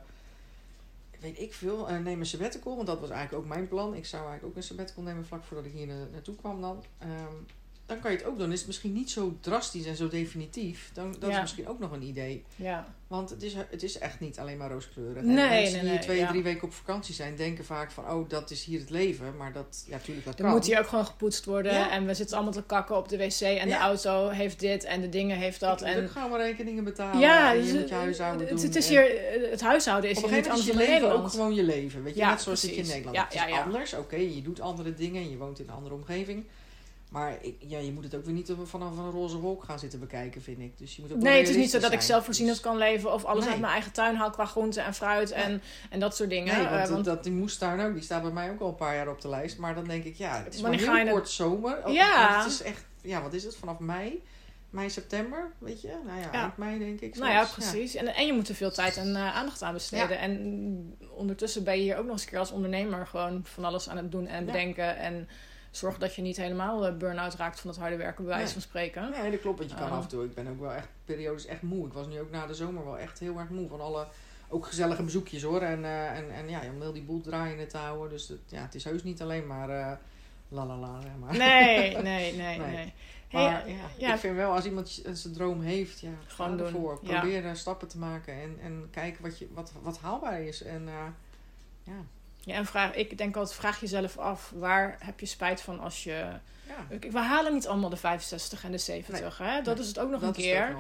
weet ik veel. Neem een sabbatical. Want dat was eigenlijk ook mijn plan. Ik zou eigenlijk ook een sabbatical nemen vlak voordat ik hier naartoe kwam dan. dan kan je het ook doen. Is het misschien niet zo drastisch en zo definitief. Dat is misschien ook nog een idee. Ja. Want het is echt niet alleen maar rooskleurig. Mensen die 2-3 weken op vakantie zijn, denken vaak van, dat is hier het leven. Maar tuurlijk, dat kan. Er moet hier ook gewoon gepoetst worden. Ja. En we zitten allemaal te kakken op de wc. En de auto heeft dit en de dingen heeft dat. Je moet ook gewoon rekeningen betalen. Ja, en je moet je huishouden doen. Het huishouden is hier niet anders dan in Nederland. Ook gewoon je leven. Weet je, net zoals dat je in Nederland. Ja, het is anders. Oké, je doet andere dingen en je woont in een andere omgeving. Maar je moet het ook weer niet vanaf een roze wolk gaan zitten bekijken, vind ik. Dus je moet ook het is niet zo dat ik zelfvoorzienend kan leven of alles uit mijn eigen tuin haal qua groente en fruit en dat soort dingen. Nee, want die moestuin ook, die staat bij mij ook al een paar jaar op de lijst. Maar dan denk ik, het is maar heel kort zomer. Het is echt, wat is het, vanaf mei, september, weet je? Eind mei denk ik. Nou ja, precies. Ja. En je moet er veel tijd en aandacht aan besteden. Ja. En ondertussen ben je hier ook nog eens een keer als ondernemer gewoon van alles aan het doen en bedenken en zorg dat je niet helemaal burn-out raakt van het harde werken, bij wijze van spreken. Nee, dat klopt. Want je kan af en toe. Ik ben ook wel echt periodes echt moe. Ik was nu ook na de zomer wel echt heel erg moe van alle ook gezellige bezoekjes hoor. En om heel die boel draaiende te houden. Dus het is heus niet alleen maar la zeg maar. Nee. Maar ik vind wel, als iemand zijn droom heeft, gewoon doen. Ervoor. Probeer stappen te maken en kijken wat haalbaar is. En Ja, en ik denk altijd, vraag jezelf af, waar heb je spijt van als je... We halen niet allemaal de 65 en de 70, hè? Dat is het ook nog een keer.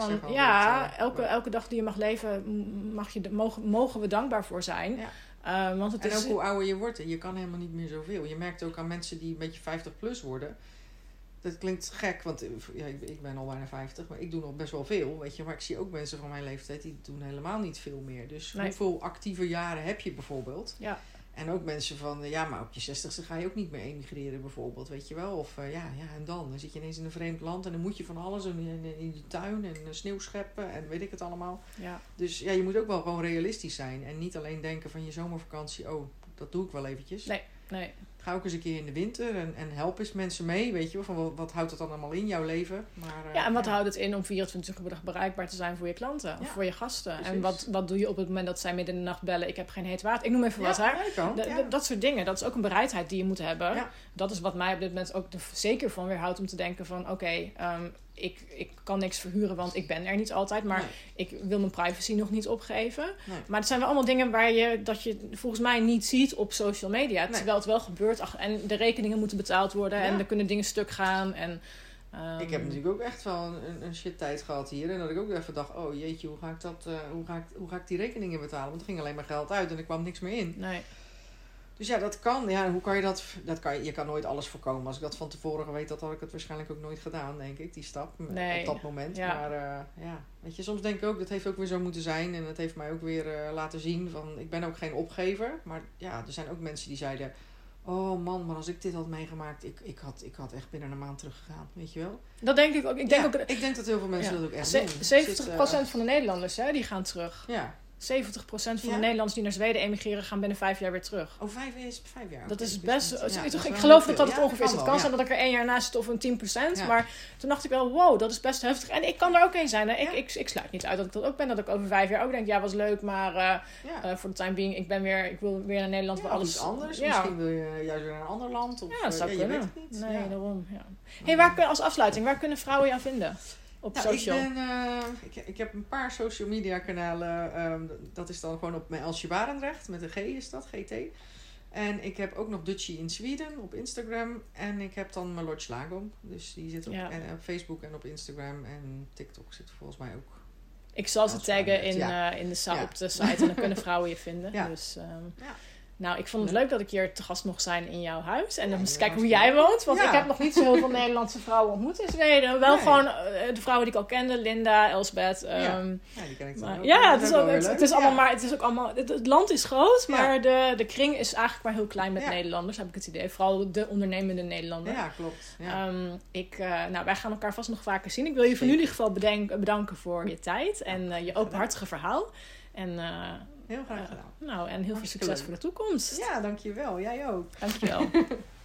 Elke dag die je mag leven, mogen we dankbaar voor zijn. Ja. Want het ook hoe ouder je wordt, je kan helemaal niet meer zoveel. Je merkt ook aan mensen die een beetje 50 plus worden. Dat klinkt gek, want ik ben al bijna 50, maar ik doe nog best wel veel, weet je. Maar ik zie ook mensen van mijn leeftijd, die doen helemaal niet veel meer. Dus hoeveel actieve jaren heb je bijvoorbeeld? Ja. En ook mensen van, maar op je 60ste ga je ook niet meer emigreren bijvoorbeeld, weet je wel. Of en dan zit je ineens in een vreemd land en dan moet je van alles in de tuin en sneeuw scheppen en weet ik het allemaal. Ja. Dus je moet ook wel gewoon realistisch zijn en niet alleen denken van je zomervakantie, dat doe ik wel eventjes. Nee. Ga ook eens een keer in de winter en help eens mensen mee, weet je wel. Van wat houdt het dan allemaal in jouw leven? Maar, en wat houdt het in om 24 uur bereikbaar te zijn voor je klanten of voor je gasten? Precies. En wat doe je op het moment dat zij midden in de nacht bellen, ik heb geen heet water, ik noem even wat hè. Dat soort dingen, dat is ook een bereidheid die je moet hebben. Ja. Dat is wat mij op dit moment ook zeker van weerhoudt om te denken van ik kan niks verhuren, want ik ben er niet altijd. Maar ik wil mijn privacy nog niet opgeven. Nee. Maar het zijn wel allemaal dingen dat je volgens mij niet ziet op social media. Terwijl het wel gebeurt. En de rekeningen moeten betaald worden. En er kunnen dingen stuk gaan. En, ik heb natuurlijk ook echt wel een shit tijd gehad hier. En dat ik ook even dacht, oh jeetje, hoe ga ik die rekeningen betalen? Want er ging alleen maar geld uit en er kwam niks meer in. Nee. Dus dat kan. Ja, hoe kan je dat? Je kan nooit alles voorkomen. Als ik dat van tevoren geweten had, had ik het waarschijnlijk ook nooit gedaan, denk ik. Die stap op dat moment. Ja. Maar weet je, soms denk ik ook, dat heeft ook weer zo moeten zijn. En dat heeft mij ook weer laten zien van, ik ben ook geen opgever. Maar er zijn ook mensen die zeiden, oh man, maar als ik dit had meegemaakt, ik had echt binnen een maand teruggegaan. Weet je wel? Dat denk ik ook. Ik denk dat heel veel mensen dat ook echt doen. 70% van de Nederlanders, die gaan terug. Ja. 70% van de Nederlanders die naar Zweden emigreren gaan binnen 5 jaar weer terug. Oh, 5 jaar? Dat is best... ik geloof dat het ongeveer is. Het kan zijn dat ik er 1 jaar naast zit of een 10%. Ja. Maar toen dacht ik wel, wow, dat is best heftig. En ik kan er ook een zijn. Hè. Ik sluit niet uit dat ik dat ook ben. Dat ik over 5 jaar ook denk, was leuk. Maar voor de time being, ik wil weer naar Nederland. Waar alles anders. Misschien wil je juist weer naar een ander land. Of, dat zou kunnen. Je weet het niet. Nee, daarom. Ja. Hey, als afsluiting, waar kunnen vrouwen je aan vinden? Op social? Ik heb een paar social media kanalen. Dat is dan gewoon op mijn Elsje Barendrecht. Met een G is dat, GT. En ik heb ook nog Dutchie in Zweden op Instagram. En ik heb dan mijn Lodge Lagom. Dus die zit op Facebook en op Instagram. En TikTok zit volgens mij ook. Ik zal ze taggen op de site. En dan kunnen vrouwen je vinden. Ja. Dus, Nou, ik vond het leuk dat ik hier te gast mocht zijn in jouw huis. En dan eens kijken hoe jij woont. Want ik heb nog niet zo heel veel Nederlandse vrouwen ontmoet in Zweden. Wel gewoon de vrouwen die ik al kende. Linda, Elsbeth. die ken ik dan ook. Het is ook allemaal... Het land is groot, maar de kring is eigenlijk maar heel klein met Nederlanders, heb ik het idee. Vooral de ondernemende Nederlanders. Ja, klopt. Ja. Wij gaan elkaar vast nog vaker zien. Ik wil je in ieder geval bedanken voor je tijd. En je openhartige verhaal. En... heel graag gedaan. En heel veel succes voor de toekomst. Ja, dankjewel. Jij ook. Dankjewel.